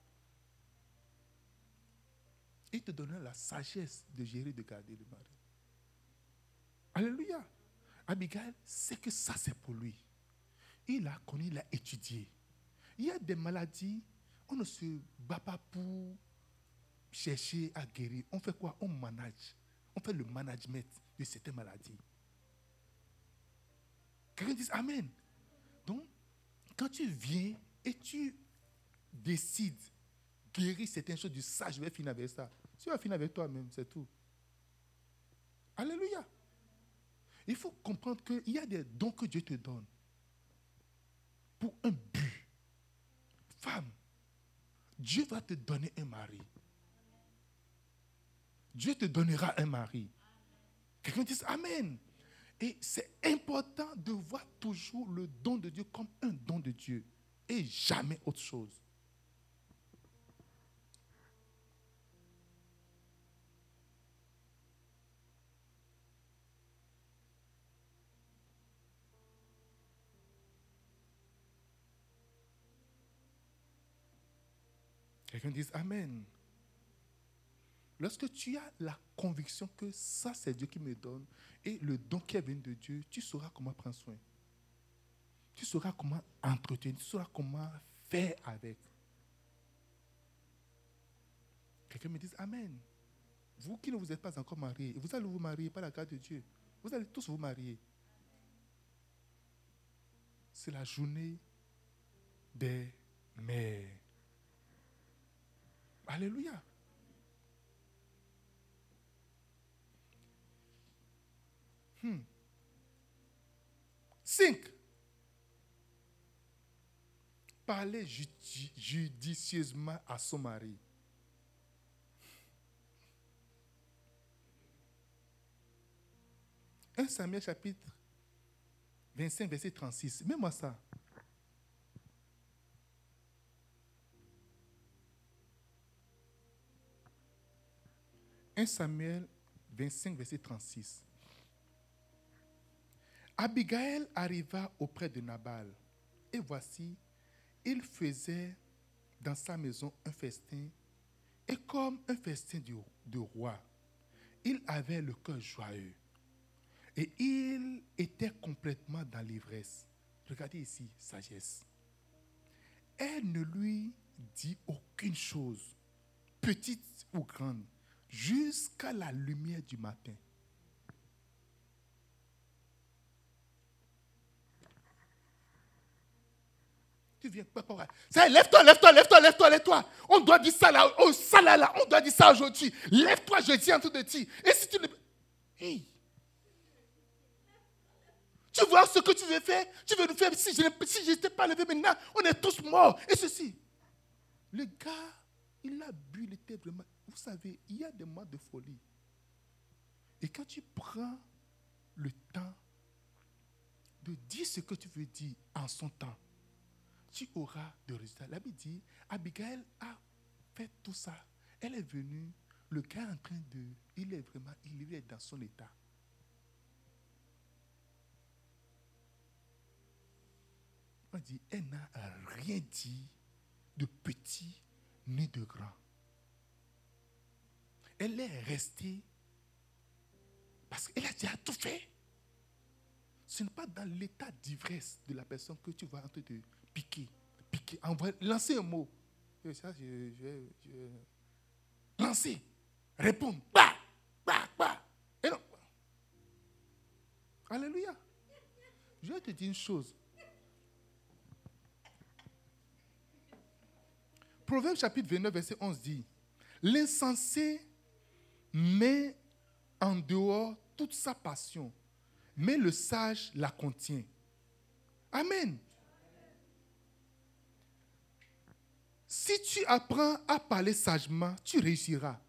Il te donnera la sagesse de gérer, de garder le mari. Alléluia. Abigail sait que ça, c'est pour lui. Il a connu, il a étudié. Il y a des maladies, on ne se bat pas pour chercher à guérir. On fait quoi? On manage. On fait le management de certaines maladies. Quelqu'un dit Amen. Donc, quand tu viens et tu décides de guérir certaines choses, du ça, je vais finir avec ça. Tu vas finir avec toi-même, c'est tout. Alléluia. Il faut comprendre qu'il y a des dons que Dieu te donne pour un but. Femme, Dieu va te donner un mari. Dieu te donnera un mari. Quelqu'un dit Amen. Et c'est important de voir toujours le don de Dieu comme un don de Dieu et jamais autre chose. Quelqu'un dit Amen. Lorsque tu as la conviction que ça, c'est Dieu qui me donne et le don qui est venu de Dieu, tu sauras comment prendre soin. Tu sauras comment entretenir, tu sauras comment faire avec. Quelqu'un me dit Amen. Vous qui ne vous êtes pas encore mariés, vous allez vous marier par la grâce de Dieu. Vous allez tous vous marier. C'est la journée des mères. Alléluia. Hmm. Cinq. Parler judi- judicieusement à son mari. un Samuel chapitre vingt-cinq, verset trente-six. Mets-moi ça. un Samuel vingt-cinq, verset trente-six. Abigail arriva auprès de Nabal, et voici, il faisait dans sa maison un festin, et comme un festin de, de roi, il avait le cœur joyeux, et il était complètement dans l'ivresse. Regardez ici, sagesse. Elle ne lui dit aucune chose, petite ou grande, jusqu'à la lumière du matin. Tu viens, ça, lève-toi, lève-toi, lève-toi, lève-toi, lève-toi. On doit dire ça là, oh, ça là, là, on doit dire ça aujourd'hui. Lève-toi, je dis en tout de ti. Et si tu ne... Hey. Tu vois ce que tu veux faire? Tu veux nous faire, si je n'étais pas levé maintenant, on est tous morts. Et ceci. Le gars, il a bu, il était vraiment... Vous savez, il y a des mois de folie. Et quand tu prends le temps de dire ce que tu veux dire en son temps, tu auras de résultats. La Bible dit, Abigail a fait tout ça. Elle est venue, le gars est en train de... Il est vraiment, il est dans son état. On dit, elle n'a rien dit de petit ni de grand. Elle est restée parce qu'elle a déjà tout fait. Ce n'est pas dans l'état d'ivresse de la personne que tu vas en train de piquer, piquer, envoyer, lancer un mot. Et ça, je, je, je... Lancer, répondre, bah, bah, bah. Et non. Alléluia. Je vais te dire une chose. Proverbe chapitre vingt-neuf, verset onze dit, l'insensé met en dehors toute sa passion, mais le sage la contient. Amen. Si tu apprends à parler sagement, tu réussiras.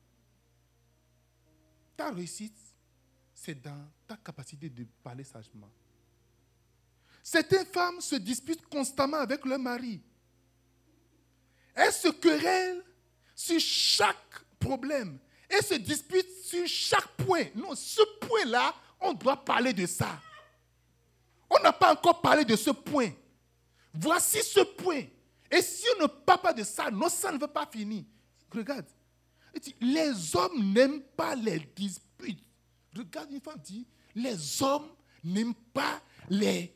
Ta réussite, c'est dans ta capacité de parler sagement. Certaines femmes se disputent constamment avec leur mari. Elles se querellent sur chaque problème. Elles se disputent sur chaque point. Non, ce point-là, on doit parler de ça. On n'a pas encore parlé de ce point. Voici ce point. Et si on ne parle pas de ça, non, ça ne va pas finir. Regarde. Les hommes n'aiment pas les disputes. Regarde, une femme dit, les hommes n'aiment pas les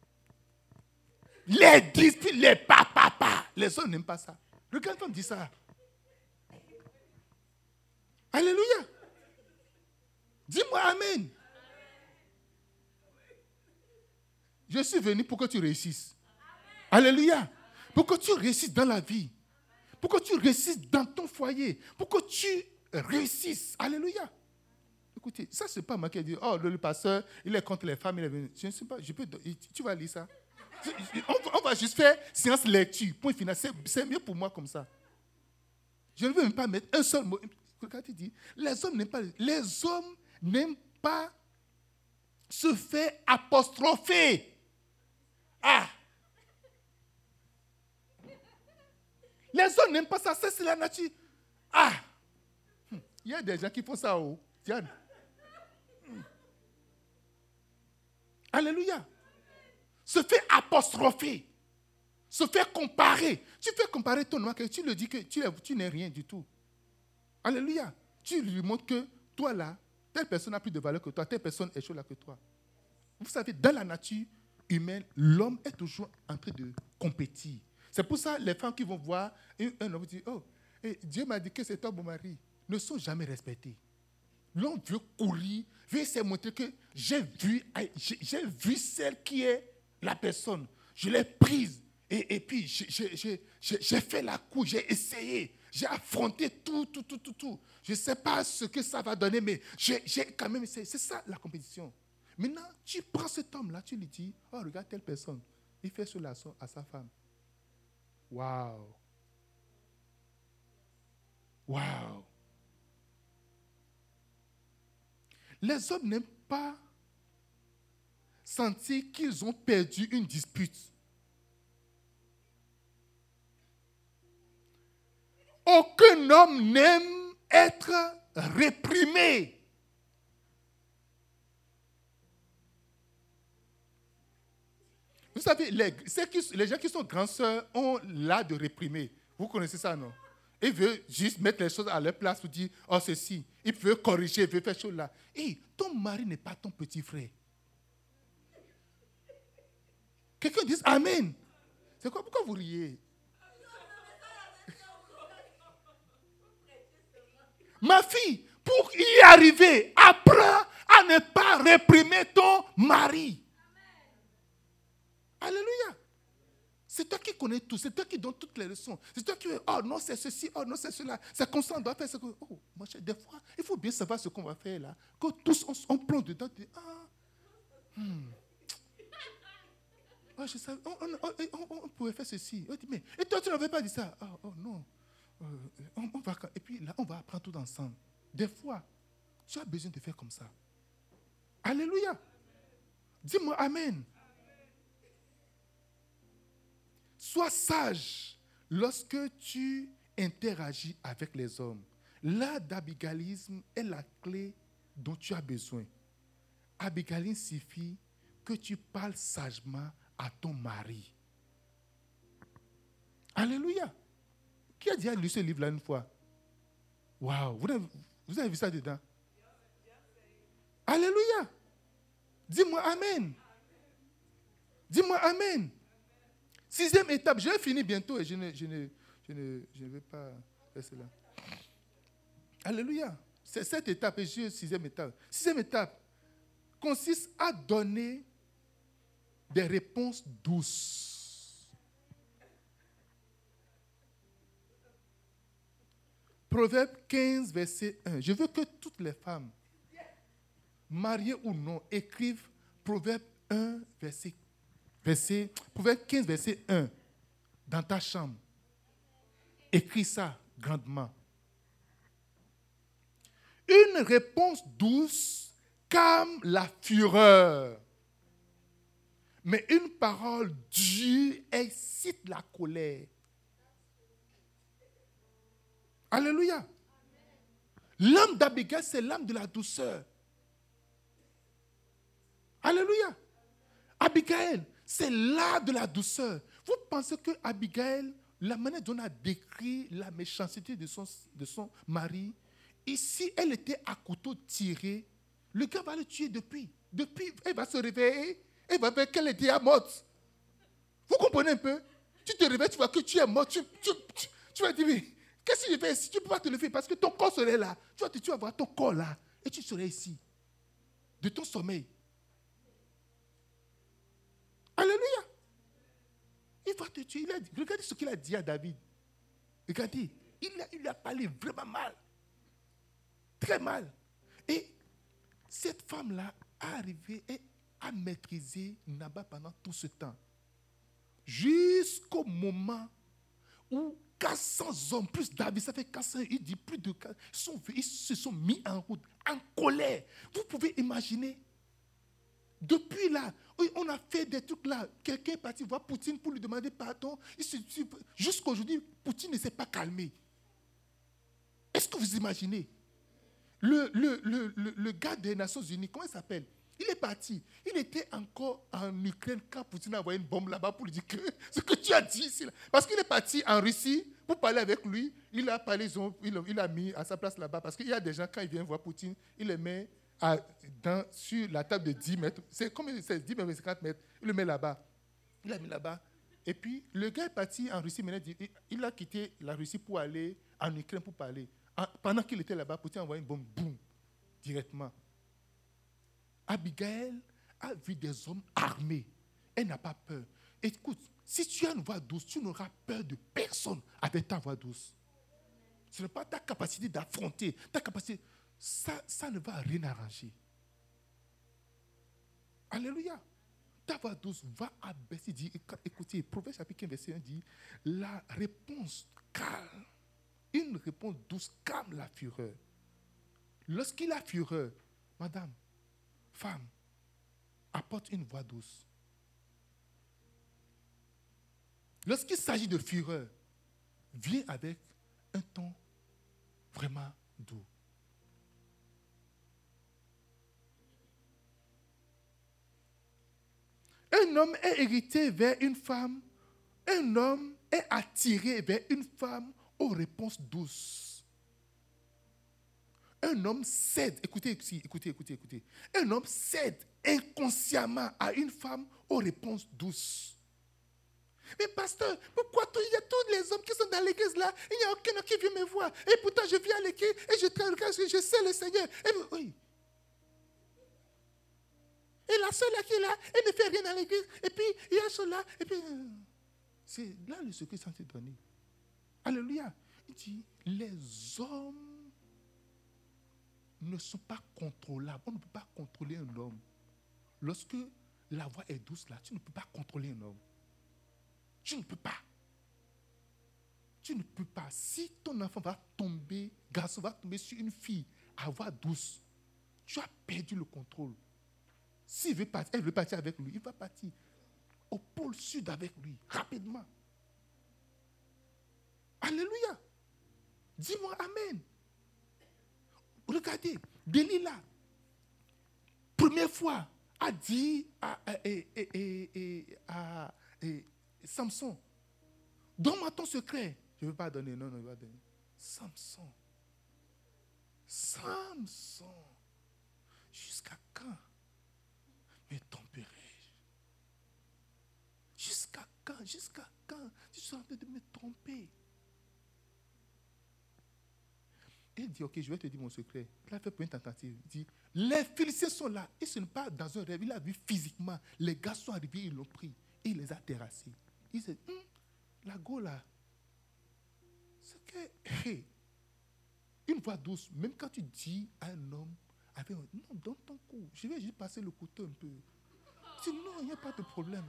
Les disputes, les papa. Les hommes n'aiment pas ça. Regarde quand on dit ça. Alléluia. Dis-moi Amen. Je suis venu pour que tu réussisses. Alléluia. Pour que tu réussisses dans la vie. Pour que tu réussisses dans ton foyer. Pour que tu réussisses. Alléluia. Écoutez, ça c'est pas moi qui ai dit, oh le pasteur, il est contre les femmes, il est venu. Je ne sais pas, je peux, tu vas lire ça. On va juste faire séance lecture. Point final. C'est, c'est mieux pour moi comme ça. Je ne veux même pas mettre un seul mot. Quand il dit, les hommes n'aiment pas, les hommes n'aiment pas se fait apostropher. Ah! Les hommes n'aiment pas ça, c'est la nature. Ah! Il y a des gens qui font ça. Oh. Tiens. Alléluia. Se fait apostropher. Se fait comparer. Tu fais comparer ton nom, tu lui dis que tu, tu n'es rien du tout. Alléluia. Tu lui montres que toi là, telle personne a plus de valeur que toi, telle personne est chaude là que toi. Vous savez, dans la nature humaine, l'homme est toujours en train de compétir. C'est pour ça que les femmes qui vont voir un homme disent, oh, et Dieu m'a dit que c'est toi mon mari, ne sont jamais respectés. L'homme veut courir, veut essayer de montrer que j'ai vu, j'ai, j'ai vu celle qui est la personne. Je l'ai prise. Et, et puis, j'ai, j'ai, j'ai, j'ai fait la cour, j'ai essayé. J'ai affronté tout, tout, tout, tout, tout. Je ne sais pas ce que ça va donner, mais j'ai, j'ai quand même essayé. C'est ça la compétition. Maintenant, tu prends cet homme-là, tu lui dis, oh, regarde telle personne. Il fait cela à sa femme. Waouh. Waouh. Les hommes n'aiment pas sentir qu'ils ont perdu une dispute. Aucun homme n'aime être réprimé. Vous savez, les, qui, les gens qui sont grands sœurs ont l'art de réprimer. Vous connaissez ça, non? Ils veulent juste mettre les choses à leur place pour dire, oh, ceci. Il veut corriger, il veut faire chose là. Et ton mari n'est pas ton petit frère. Quelqu'un dit Amen. C'est quoi? Pourquoi vous riez? Ma fille, pour y arriver, apprends à ne pas réprimer ton mari. Amen. Alléluia. C'est toi qui connais tout, c'est toi qui donne toutes les leçons. C'est toi qui, oh non, c'est ceci, oh non, c'est cela. C'est comme ça, on doit faire ce que. Oh, moi, des fois, il faut bien savoir ce qu'on va faire là. Que tous, on, on plonge dedans, on dit, ah, hmm. Oh, je savais, on, on, on, on pouvait faire ceci. On dit, mais, et toi, tu n'avais pas dit ça. Oh, oh non. Euh, on, on va, et puis là, on va apprendre tout ensemble. Des fois, tu as besoin de faire comme ça. Alléluia. Dis-moi Amen. Sois sage lorsque tu interagis avec les hommes. L'art d'abigalisme est la clé dont tu as besoin. Abigalisme signifie que tu parles sagement à ton mari. Alléluia. Qui a déjà lu ce livre-là une fois? Waouh. Vous avez, vous avez vu ça dedans? Alléluia. Dis-moi Amen. Dis-moi Amen. Sixième étape, je vais finir bientôt et je ne, je ne, je ne, je ne vais pas faire cela. Alléluia. C'est cette étape et je sixième étape. Sixième étape consiste à donner des réponses douces. Proverbe quinze, verset un. Je veux que toutes les femmes, mariées ou non, écrivent Proverbe un, verset un. Verset, Proverbe quinze, verset un, dans ta chambre. Écris ça grandement. Une réponse douce calme la fureur, mais une parole dure excite la colère. Alléluia. L'âme d'Abigail, c'est l'âme de la douceur. Alléluia. Abigail, c'est l'art de la douceur. Vous pensez que Abigail, la manière dont on a décrit la méchanceté de son, de son mari, ici, elle était à couteau tiré, le gars va le tuer depuis. Depuis, elle va se réveiller, elle va voir qu'elle est déjà morte. Vous comprenez un peu? Tu te réveilles, tu vois que tu es mort, tu, tu, tu, tu vas dire, mais qu'est-ce que je fais ici? Tu ne peux pas te lever parce que ton corps serait là. Tu vas, tu vas voir ton corps là et tu serais ici, de ton sommeil. Alléluia. Il va te tuer. Il a dit, regardez ce qu'il a dit à David. Regardez, il a, il a parlé vraiment mal. Très mal. Et cette femme-là a arrivé et a maîtrisé Nabal pendant tout ce temps. Jusqu'au moment où quatre cents hommes, plus David, ça fait quatre cents, il dit plus de quatre cents, ils, sont, ils se sont mis en route, en colère. Vous pouvez imaginer. Depuis là, on a fait des trucs là. Quelqu'un est parti voir Poutine pour lui demander pardon. Jusqu'à aujourd'hui, Poutine ne s'est pas calmé. Est-ce que vous imaginez? Le, le, le, le, le gars des Nations Unies, comment il s'appelle? Il est parti. Il était encore en Ukraine quand Poutine a envoyé une bombe là-bas pour lui dire que ce que tu as dit ici. Là. Parce qu'il est parti en Russie pour parler avec lui. Il a parlé, il, il a mis à sa place là-bas. Parce qu'il y a des gens, quand ils viennent voir Poutine, il les met à, dans, sur la table de dix mètres. C'est comme c'est dix mètres, cinquante mètres. Il le met là-bas. Il l'a mis là-bas. Et puis, le gars est parti en Russie. Maintenant, il a quitté la Russie pour aller en Ukraine pour parler. Pendant qu'il était là-bas, Poutine a envoyé une bombe, boum, directement. Abigail a vu des hommes armés. Elle n'a pas peur. Écoute, si tu as une voix douce, tu n'auras peur de personne avec ta voix douce. Ce n'est pas ta capacité d'affronter, ta capacité. Ça, ça ne va rien arranger. Alléluia. Ta voix douce va abaisser. Dit, écoutez, Proverbe chapitre quinze, verset un dit, la réponse calme, une réponse douce calme la fureur. Lorsqu'il a fureur, madame, femme, apporte une voix douce. Lorsqu'il s'agit de fureur, viens avec un ton vraiment doux. Un homme est irrité vers une femme. Un homme est attiré vers une femme aux réponses douces. Un homme cède, écoutez ici, écoutez, écoutez, écoutez. Un homme cède inconsciemment à une femme aux réponses douces. Mais pasteur, pourquoi tout, il y a tous les hommes qui sont dans l'église là, il n'y a aucun qui vient me voir. Et pourtant je viens à l'église et je travaille, je sais le Seigneur. Et, oui. Et la seule là qui est là, elle ne fait rien dans l'église. Et puis il y a cela. Et puis c'est là le secret sans te donner. Alléluia. Il dit, les hommes ne sont pas contrôlables. On ne peut pas contrôler un homme. Lorsque la voix est douce là, tu ne peux pas contrôler un homme. Tu ne peux pas. Tu ne peux pas. Si ton enfant va tomber, garçon va tomber sur une fille à voix douce, tu as perdu le contrôle. S'il veut partir, elle veut partir avec lui, il va partir au pôle sud avec lui, rapidement. Alléluia. Dis-moi Amen. Regardez, Delilah, première fois, a dit à, à, à, à, à Samson, donne-moi ton secret. Je ne veux pas donner, non, non, je ne veux pas donner. Samson. Samson. Jusqu'à quand me tromperai-je? Jusqu'à quand? Jusqu'à quand? Tu es en train de me tromper. Il dit, ok, je vais te dire mon secret. Il a fait pour une tentative. Il dit, les Philistins sont là. Et ce n'est pas dans un rêve. Il a vu physiquement. Les gars sont arrivés, ils l'ont pris. Et il les a terrassés. Il s'est dit, hum, la go là, c'est que, hey, une voix douce, même quand tu dis à un homme, avec un, non, donne ton coup. Je vais juste passer le couteau un peu. Tu dis, non, il n'y a pas de problème.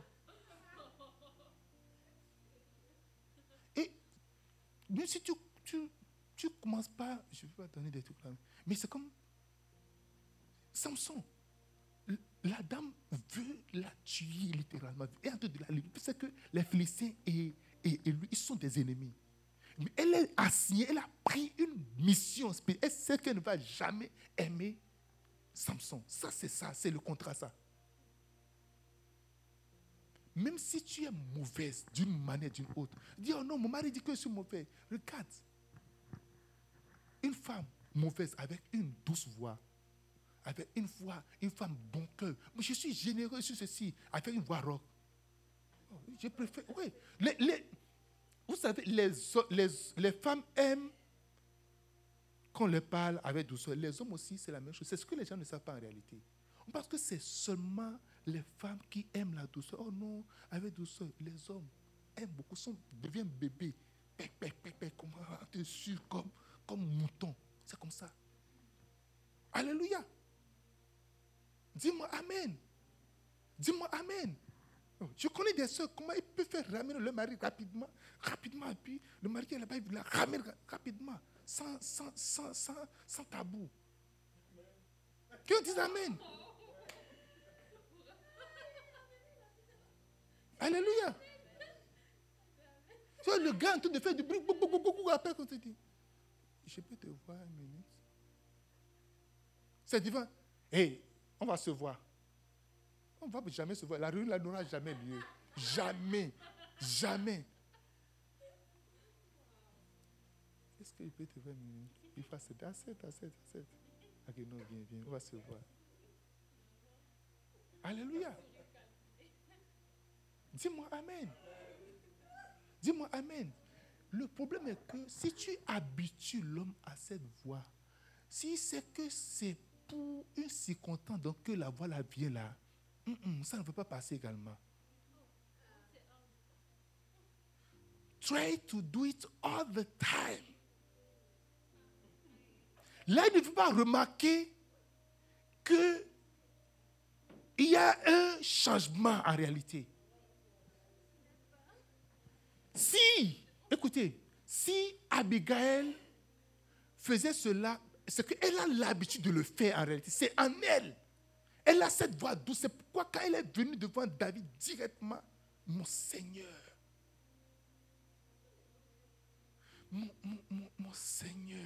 Et même si tu... tu Tu ne commences pas, je ne vais pas donner des trucs là, mais c'est comme Samson. La dame veut la tuer littéralement. Et en train de la libérer. C'est que les Philistins et, et, et lui, ils sont des ennemis. Mais elle est assignée, elle a pris une mission spéciale. Elle sait qu'elle ne va jamais aimer Samson. Ça, c'est ça, c'est le contrat, ça. Même si tu es mauvaise d'une manière ou d'une autre, dis oh non, mon mari dit que je suis mauvais. Regarde. Une femme mauvaise avec une douce voix, avec une voix, une femme bon cœur. Mais je suis généreux sur ceci, avec une voix rock. Je préfère, oui. Les, les, vous savez, les, les, les femmes aiment qu'on leur parle avec douceur. Les hommes aussi, c'est la même chose. C'est ce que les gens ne savent pas en réalité. Parce que c'est seulement les femmes qui aiment la douceur. Oh non, avec douceur, les hommes aiment beaucoup, sont, deviennent bébés. Pec, pec, pec, pec, comme dessus, comme... comme mouton. C'est comme ça. Alléluia. Dis-moi Amen. Dis-moi Amen. Je connais des soeurs, comment ils peuvent faire ramener le mari rapidement, rapidement, et puis le mari qui est là-bas, il la ramène rapidement, sans, sans, sans, sans, sans tabou. Qui dit Amen? Alléluia. Tu vois, le gars en train de faire du bruit, beaucoup, beaucoup, beaucoup, après, quand tu dis, je peux te voir une minute. C'est divin. Hé, hey, on va se voir. On ne va jamais se voir. La réunion là n'aura jamais lieu. Jamais. Jamais. Est-ce qu'il peut te voir une minute? Il fait sept, à sept, à sept, à sept. Ok, non, viens, viens, on va se voir. Alléluia. Dis-moi Amen. Dis-moi Amen. Le problème est que si tu habitues l'homme à cette voix, si c'est que c'est pour une circonstance donc que la voix là vient là, mm-mm, ça ne peut pas passer également. Try to do it all the time. Là, il ne faut pas remarquer qu'il y a un changement en réalité. Si, écoutez, si Abigail faisait cela, c'est qu'elle a l'habitude de le faire en réalité. C'est en elle. Elle a cette voix douce. C'est pourquoi quand elle est venue devant David directement, mon Seigneur, mon, mon, mon, mon Seigneur.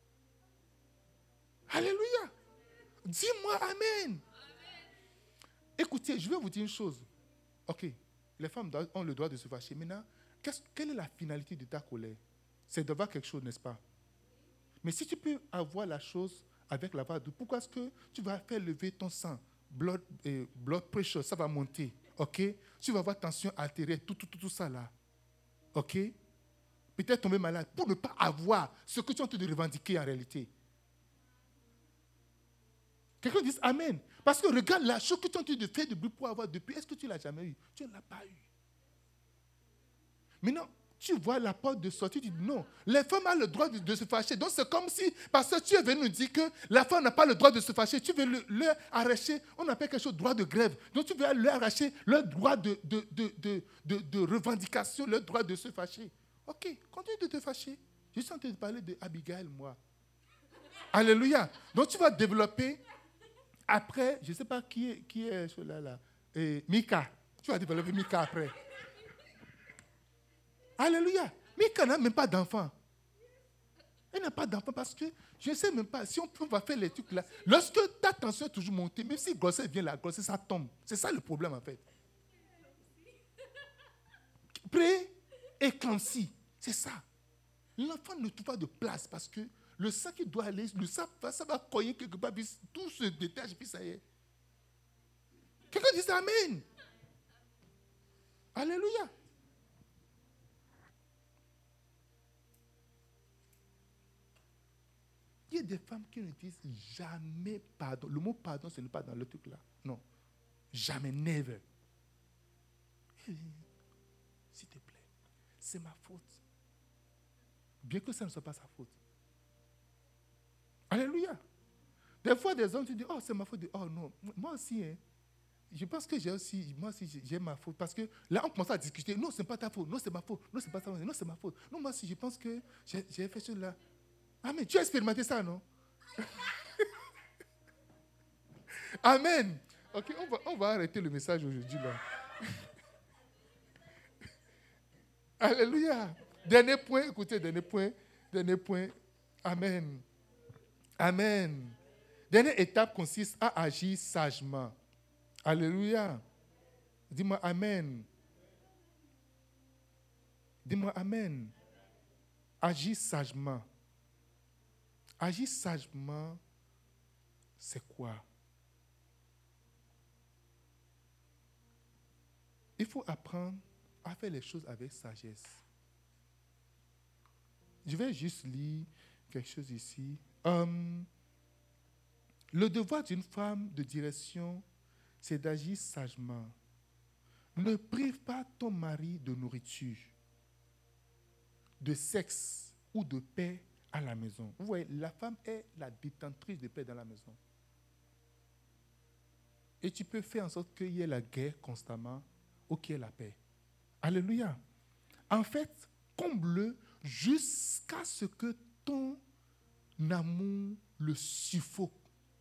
Alléluia. Dis-moi Amen. Amen. Écoutez, je vais vous dire une chose. Ok, les femmes ont le droit de se fâcher. Maintenant, quelle est la finalité de ta colère? C'est d'avoir quelque chose, n'est-ce pas? Mais si tu peux avoir la chose avec la voix douce, pourquoi est-ce que tu vas faire lever ton sang? Blood, eh, blood pressure, ça va monter. Ok? Tu vas avoir tension altérée, tout, tout, tout, tout ça là. Ok? Peut-être tomber malade pour ne pas avoir ce que tu es en train de revendiquer en réalité. Quelqu'un dit Amen. Parce que regarde la chose que tu es en train de faire de bruit pour avoir depuis. Est-ce que tu ne l'as jamais eu? Tu ne l'as pas eu. Maintenant, tu vois la porte de sortie, tu dis non. Les femmes ont le droit de, de se fâcher. Donc c'est comme si, parce que tu es venu nous dire que la femme n'a pas le droit de se fâcher. Tu veux le, leur arracher, on appelle quelque chose droit de grève. Donc tu veux leur arracher leur droit de, de, de, de, de, de revendication, leur droit de se fâcher. Ok, continue de te fâcher. Je suis en train de parler de Abigail, moi. Alléluia. Donc tu vas développer, après, je ne sais pas qui est, qui est celui-là, là. Et Mika. Tu vas développer Mika après. Alléluia. Mika n'a même pas d'enfant. Elle n'a pas d'enfant parce que je ne sais même pas si on, on va faire les trucs là. Lorsque ta tension est toujours montée, même si grossesse vient, la grossesse, ça tombe. C'est ça le problème en fait. Pré et clancy, c'est ça. L'enfant ne trouve pas de place parce que le sang qui doit aller, le sang, ça va cogner quelque part, puis tout se détache, puis ça y est. Quelqu'un dit Amen. Alléluia. Il y a des femmes qui ne disent jamais pardon. Le mot pardon, ce n'est pas dans le truc là. Non. Jamais, never. S'il te plaît, c'est ma faute. Bien que ça ne soit pas sa faute. Alléluia. Des fois, des hommes te disent, oh, c'est ma faute. Oh non, moi aussi, hein. Je pense que j'ai aussi, moi aussi, j'ai ma faute. Parce que là, on commence à discuter. Non, ce n'est pas ta faute. Non, c'est ma faute. Non, c'est pas ta faute. Non, c'est ma faute. Non, moi aussi, je pense que j'ai, j'ai fait cela. Ah, mais tu as expérimenté ça, non? Amen. Ok, on va, on va arrêter le message aujourd'hui, là. Alléluia. Dernier point, écoutez, dernier point. Dernier point. Amen. Amen. Dernière étape consiste à agir sagement. Alléluia. Dis-moi Amen. Dis-moi Amen. Agis sagement. Agir sagement, c'est quoi? Il faut apprendre à faire les choses avec sagesse. Je vais juste lire quelque chose ici. Um, le devoir d'une femme de direction, c'est d'agir sagement. Ne prive pas ton mari de nourriture, de sexe ou de paix à la maison. Vous voyez, la femme est la détentrice de paix dans la maison. Et tu peux faire en sorte qu'il y ait la guerre constamment ou qu'il y ait la paix. Alléluia. En fait, comble-le jusqu'à ce que ton amour le suffoque.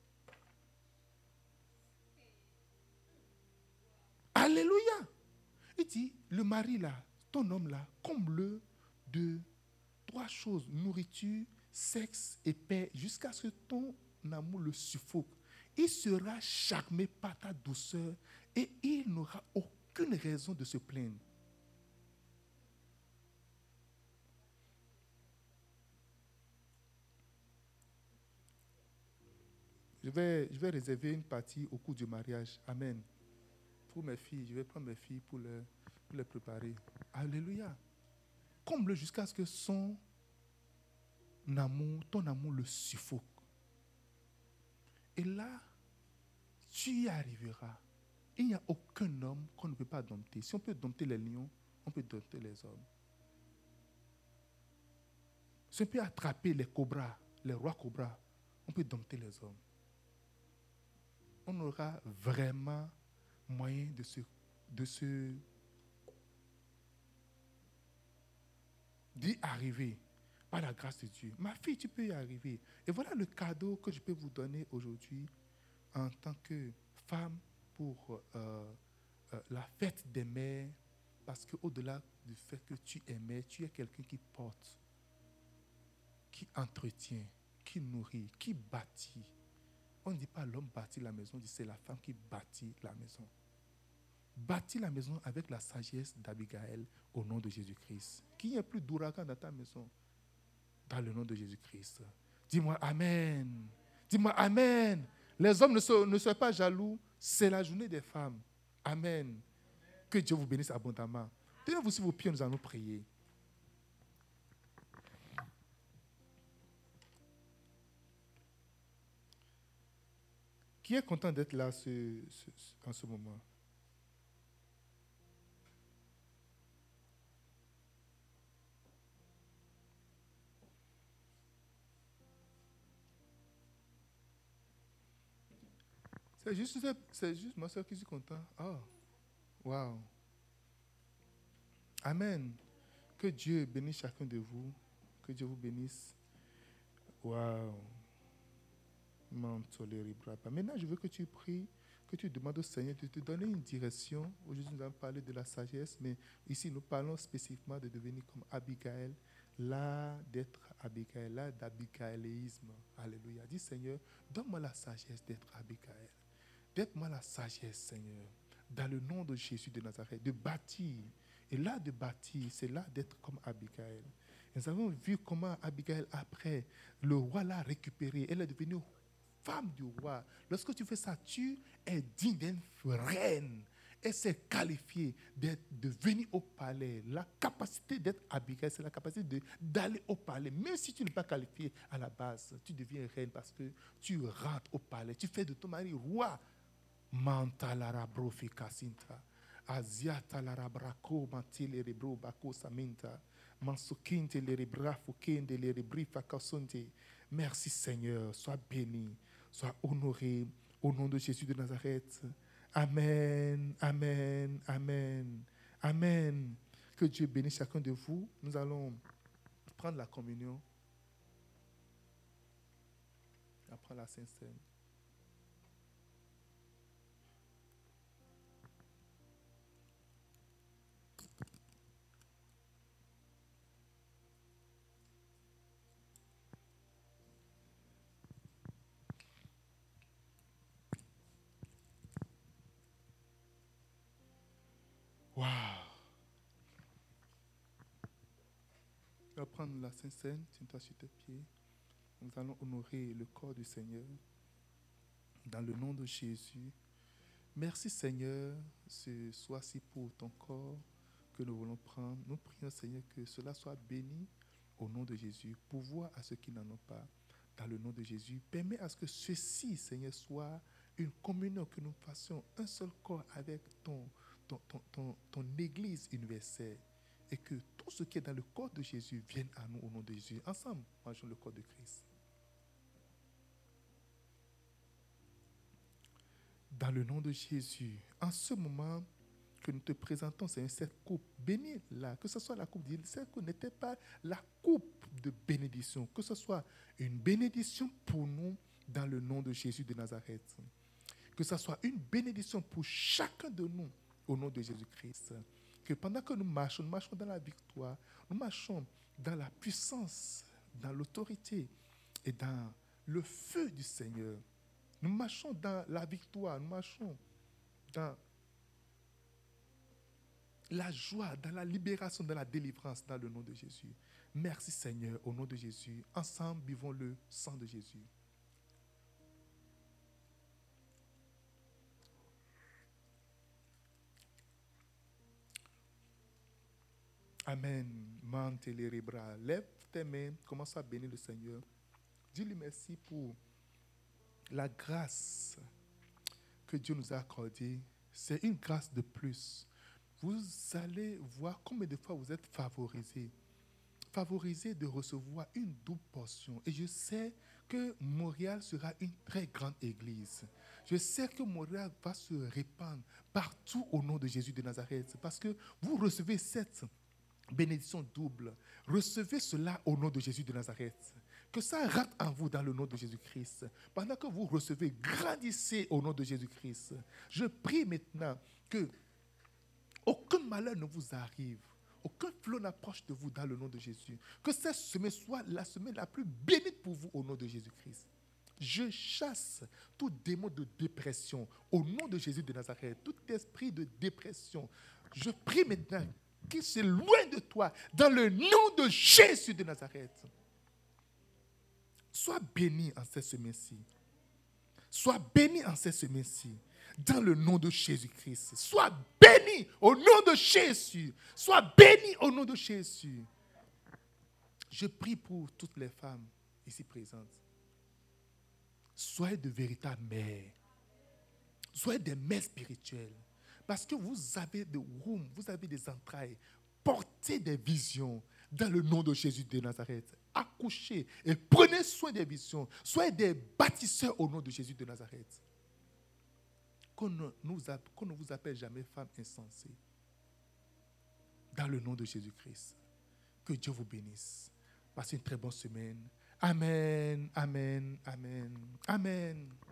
Alléluia. Il dit, le mari là, ton homme là, comble-le de trois choses, nourriture, sexe et paix, jusqu'à ce que ton amour le suffoque. Il sera charmé par ta douceur et il n'aura aucune raison de se plaindre. Je vais, je vais réserver une partie au cours du mariage. Amen. Pour mes filles, je vais prendre mes filles pour les, pour les préparer. Alléluia. Comble jusqu'à ce que son amour, ton amour le suffoque. Et là, tu y arriveras. Il n'y a aucun homme qu'on ne peut pas dompter. Si on peut dompter les lions, on peut dompter les hommes. Si on peut attraper les cobras, les rois cobras, on peut dompter les hommes. On aura vraiment moyen de se, de se, d'y arriver par la grâce de Dieu. Ma fille, tu peux y arriver. Et voilà le cadeau que je peux vous donner aujourd'hui en tant que femme pour euh, euh, la fête des mères, parce qu'au-delà du fait que tu es mère, tu es quelqu'un qui porte, qui entretient, qui nourrit, qui bâtit. On ne dit pas l'homme bâtit la maison, on dit c'est la femme qui bâtit la maison. Bâtis la maison avec la sagesse d'Abigaël au nom de Jésus-Christ. Qu'il n'y ait plus d'ouragan dans ta maison, dans le nom de Jésus-Christ. Dis-moi Amen. Dis-moi Amen. Les hommes ne soient, ne soient pas jaloux, c'est la journée des femmes. Amen. Que Dieu vous bénisse abondamment. Tenez-vous sur vos pieds, nous allons prier. Qui est content d'être là ce, ce, en ce moment? C'est juste, c'est juste ma soeur qui suis content. Oh, wow. Amen. Que Dieu bénisse chacun de vous. Que Dieu vous bénisse. Wow. Maintenant, je veux que tu pries, que tu demandes au Seigneur de te donner une direction. Aujourd'hui, nous allons parler de la sagesse, mais ici, nous parlons spécifiquement de devenir comme Abigaël, là d'être Abigaël, là d'abigaélisme. Alléluia. Dis, Seigneur, donne-moi la sagesse d'être Abigaël. Donne-moi la sagesse, Seigneur, dans le nom de Jésus de Nazareth, de bâtir. Et là, de bâtir, c'est là d'être comme Abigaël. Nous avons vu comment Abigaël, après, le roi l'a récupérée. Elle est devenue femme du roi. Lorsque tu fais ça, tu es digne d'une reine. Elle s'est qualifiée de venir au palais. La capacité d'être Abigaël, c'est la capacité de, d'aller au palais. Même si tu n'es pas qualifié à la base, tu deviens reine parce que tu rentres au palais. Tu fais de ton mari roi. Mantalara brofika sinta. Aziatalara brako mantile rebro bako saminta. Mansukinte le rebra fukende le rebri fakasonte. Merci Seigneur, sois béni, sois honoré au nom de Jésus de Nazareth. Amen, amen, amen, amen. Que Dieu bénisse chacun de vous. Nous allons prendre la communion. Après la Sainte Seine. Wow. On va prendre la Sainte Seine, tiens-toi sur tes pieds. Nous allons honorer le corps du Seigneur dans le nom de Jésus. Merci Seigneur, ce soir-ci pour ton corps que nous voulons prendre. Nous prions Seigneur que cela soit béni au nom de Jésus. Pouvoir à ceux qui n'en ont pas dans le nom de Jésus. Permets à ce que ceci Seigneur soit une communion, que nous fassions un seul corps avec ton Ton, ton, ton, ton église universelle et que tout ce qui est dans le corps de Jésus vienne à nous au nom de Jésus. Ensemble, mangeons le corps de Christ. Dans le nom de Jésus, en ce moment que nous te présentons, c'est cette coupe bénie-là, que ce soit la coupe d'huile, cette coupe n'était pas la coupe de bénédiction, que ce soit une bénédiction pour nous dans le nom de Jésus de Nazareth. Que ce soit une bénédiction pour chacun de nous au nom de Jésus-Christ. que pendant que nous marchons, nous marchons dans la victoire, nous marchons dans la puissance, dans l'autorité et dans le feu du Seigneur. Nous marchons dans la victoire, nous marchons dans la joie, dans la libération, dans la délivrance, dans le nom de Jésus. Merci Seigneur, au nom de Jésus. Ensemble, vivons le sang de Jésus. Amen. Mante les bras. Lève tes mains, commence à bénir le Seigneur. Dis-lui merci pour la grâce que Dieu nous a accordée. C'est une grâce de plus. Vous allez voir combien de fois vous êtes favorisés. Favorisés de recevoir une double portion. Et je sais que Montréal sera une très grande église. Je sais que Montréal va se répandre partout au nom de Jésus de Nazareth. Parce que vous recevez cette bénédiction double. Recevez cela au nom de Jésus de Nazareth. Que ça rate en vous dans le nom de Jésus-Christ. Pendant que vous recevez, grandissez au nom de Jésus-Christ. Je prie maintenant que aucun malheur ne vous arrive. Aucun flot n'approche de vous dans le nom de Jésus. Que cette semaine soit la semaine la plus bénite pour vous au nom de Jésus-Christ. Je chasse tout démon de dépression au nom de Jésus de Nazareth. Tout esprit de dépression. Je prie maintenant qu'il s'éloigne de toi dans le nom de Jésus de Nazareth. Sois béni en cette semaine-ci. Sois béni en cette semaine-ci. Dans le nom de Jésus-Christ. Sois béni au nom de Jésus. Sois béni au nom de Jésus. Je prie pour toutes les femmes ici présentes. Soyez de véritables mères. Soyez des mères spirituelles. Parce que vous avez des womb, vous avez des entrailles. Portez des visions dans le nom de Jésus de Nazareth. Accouchez et prenez soin des visions. Soyez des bâtisseurs au nom de Jésus de Nazareth. Qu'on ne, nous, qu'on ne vous appelle jamais femme insensée. Dans le nom de Jésus-Christ. Que Dieu vous bénisse. Passez une très bonne semaine. Amen, amen, amen, amen.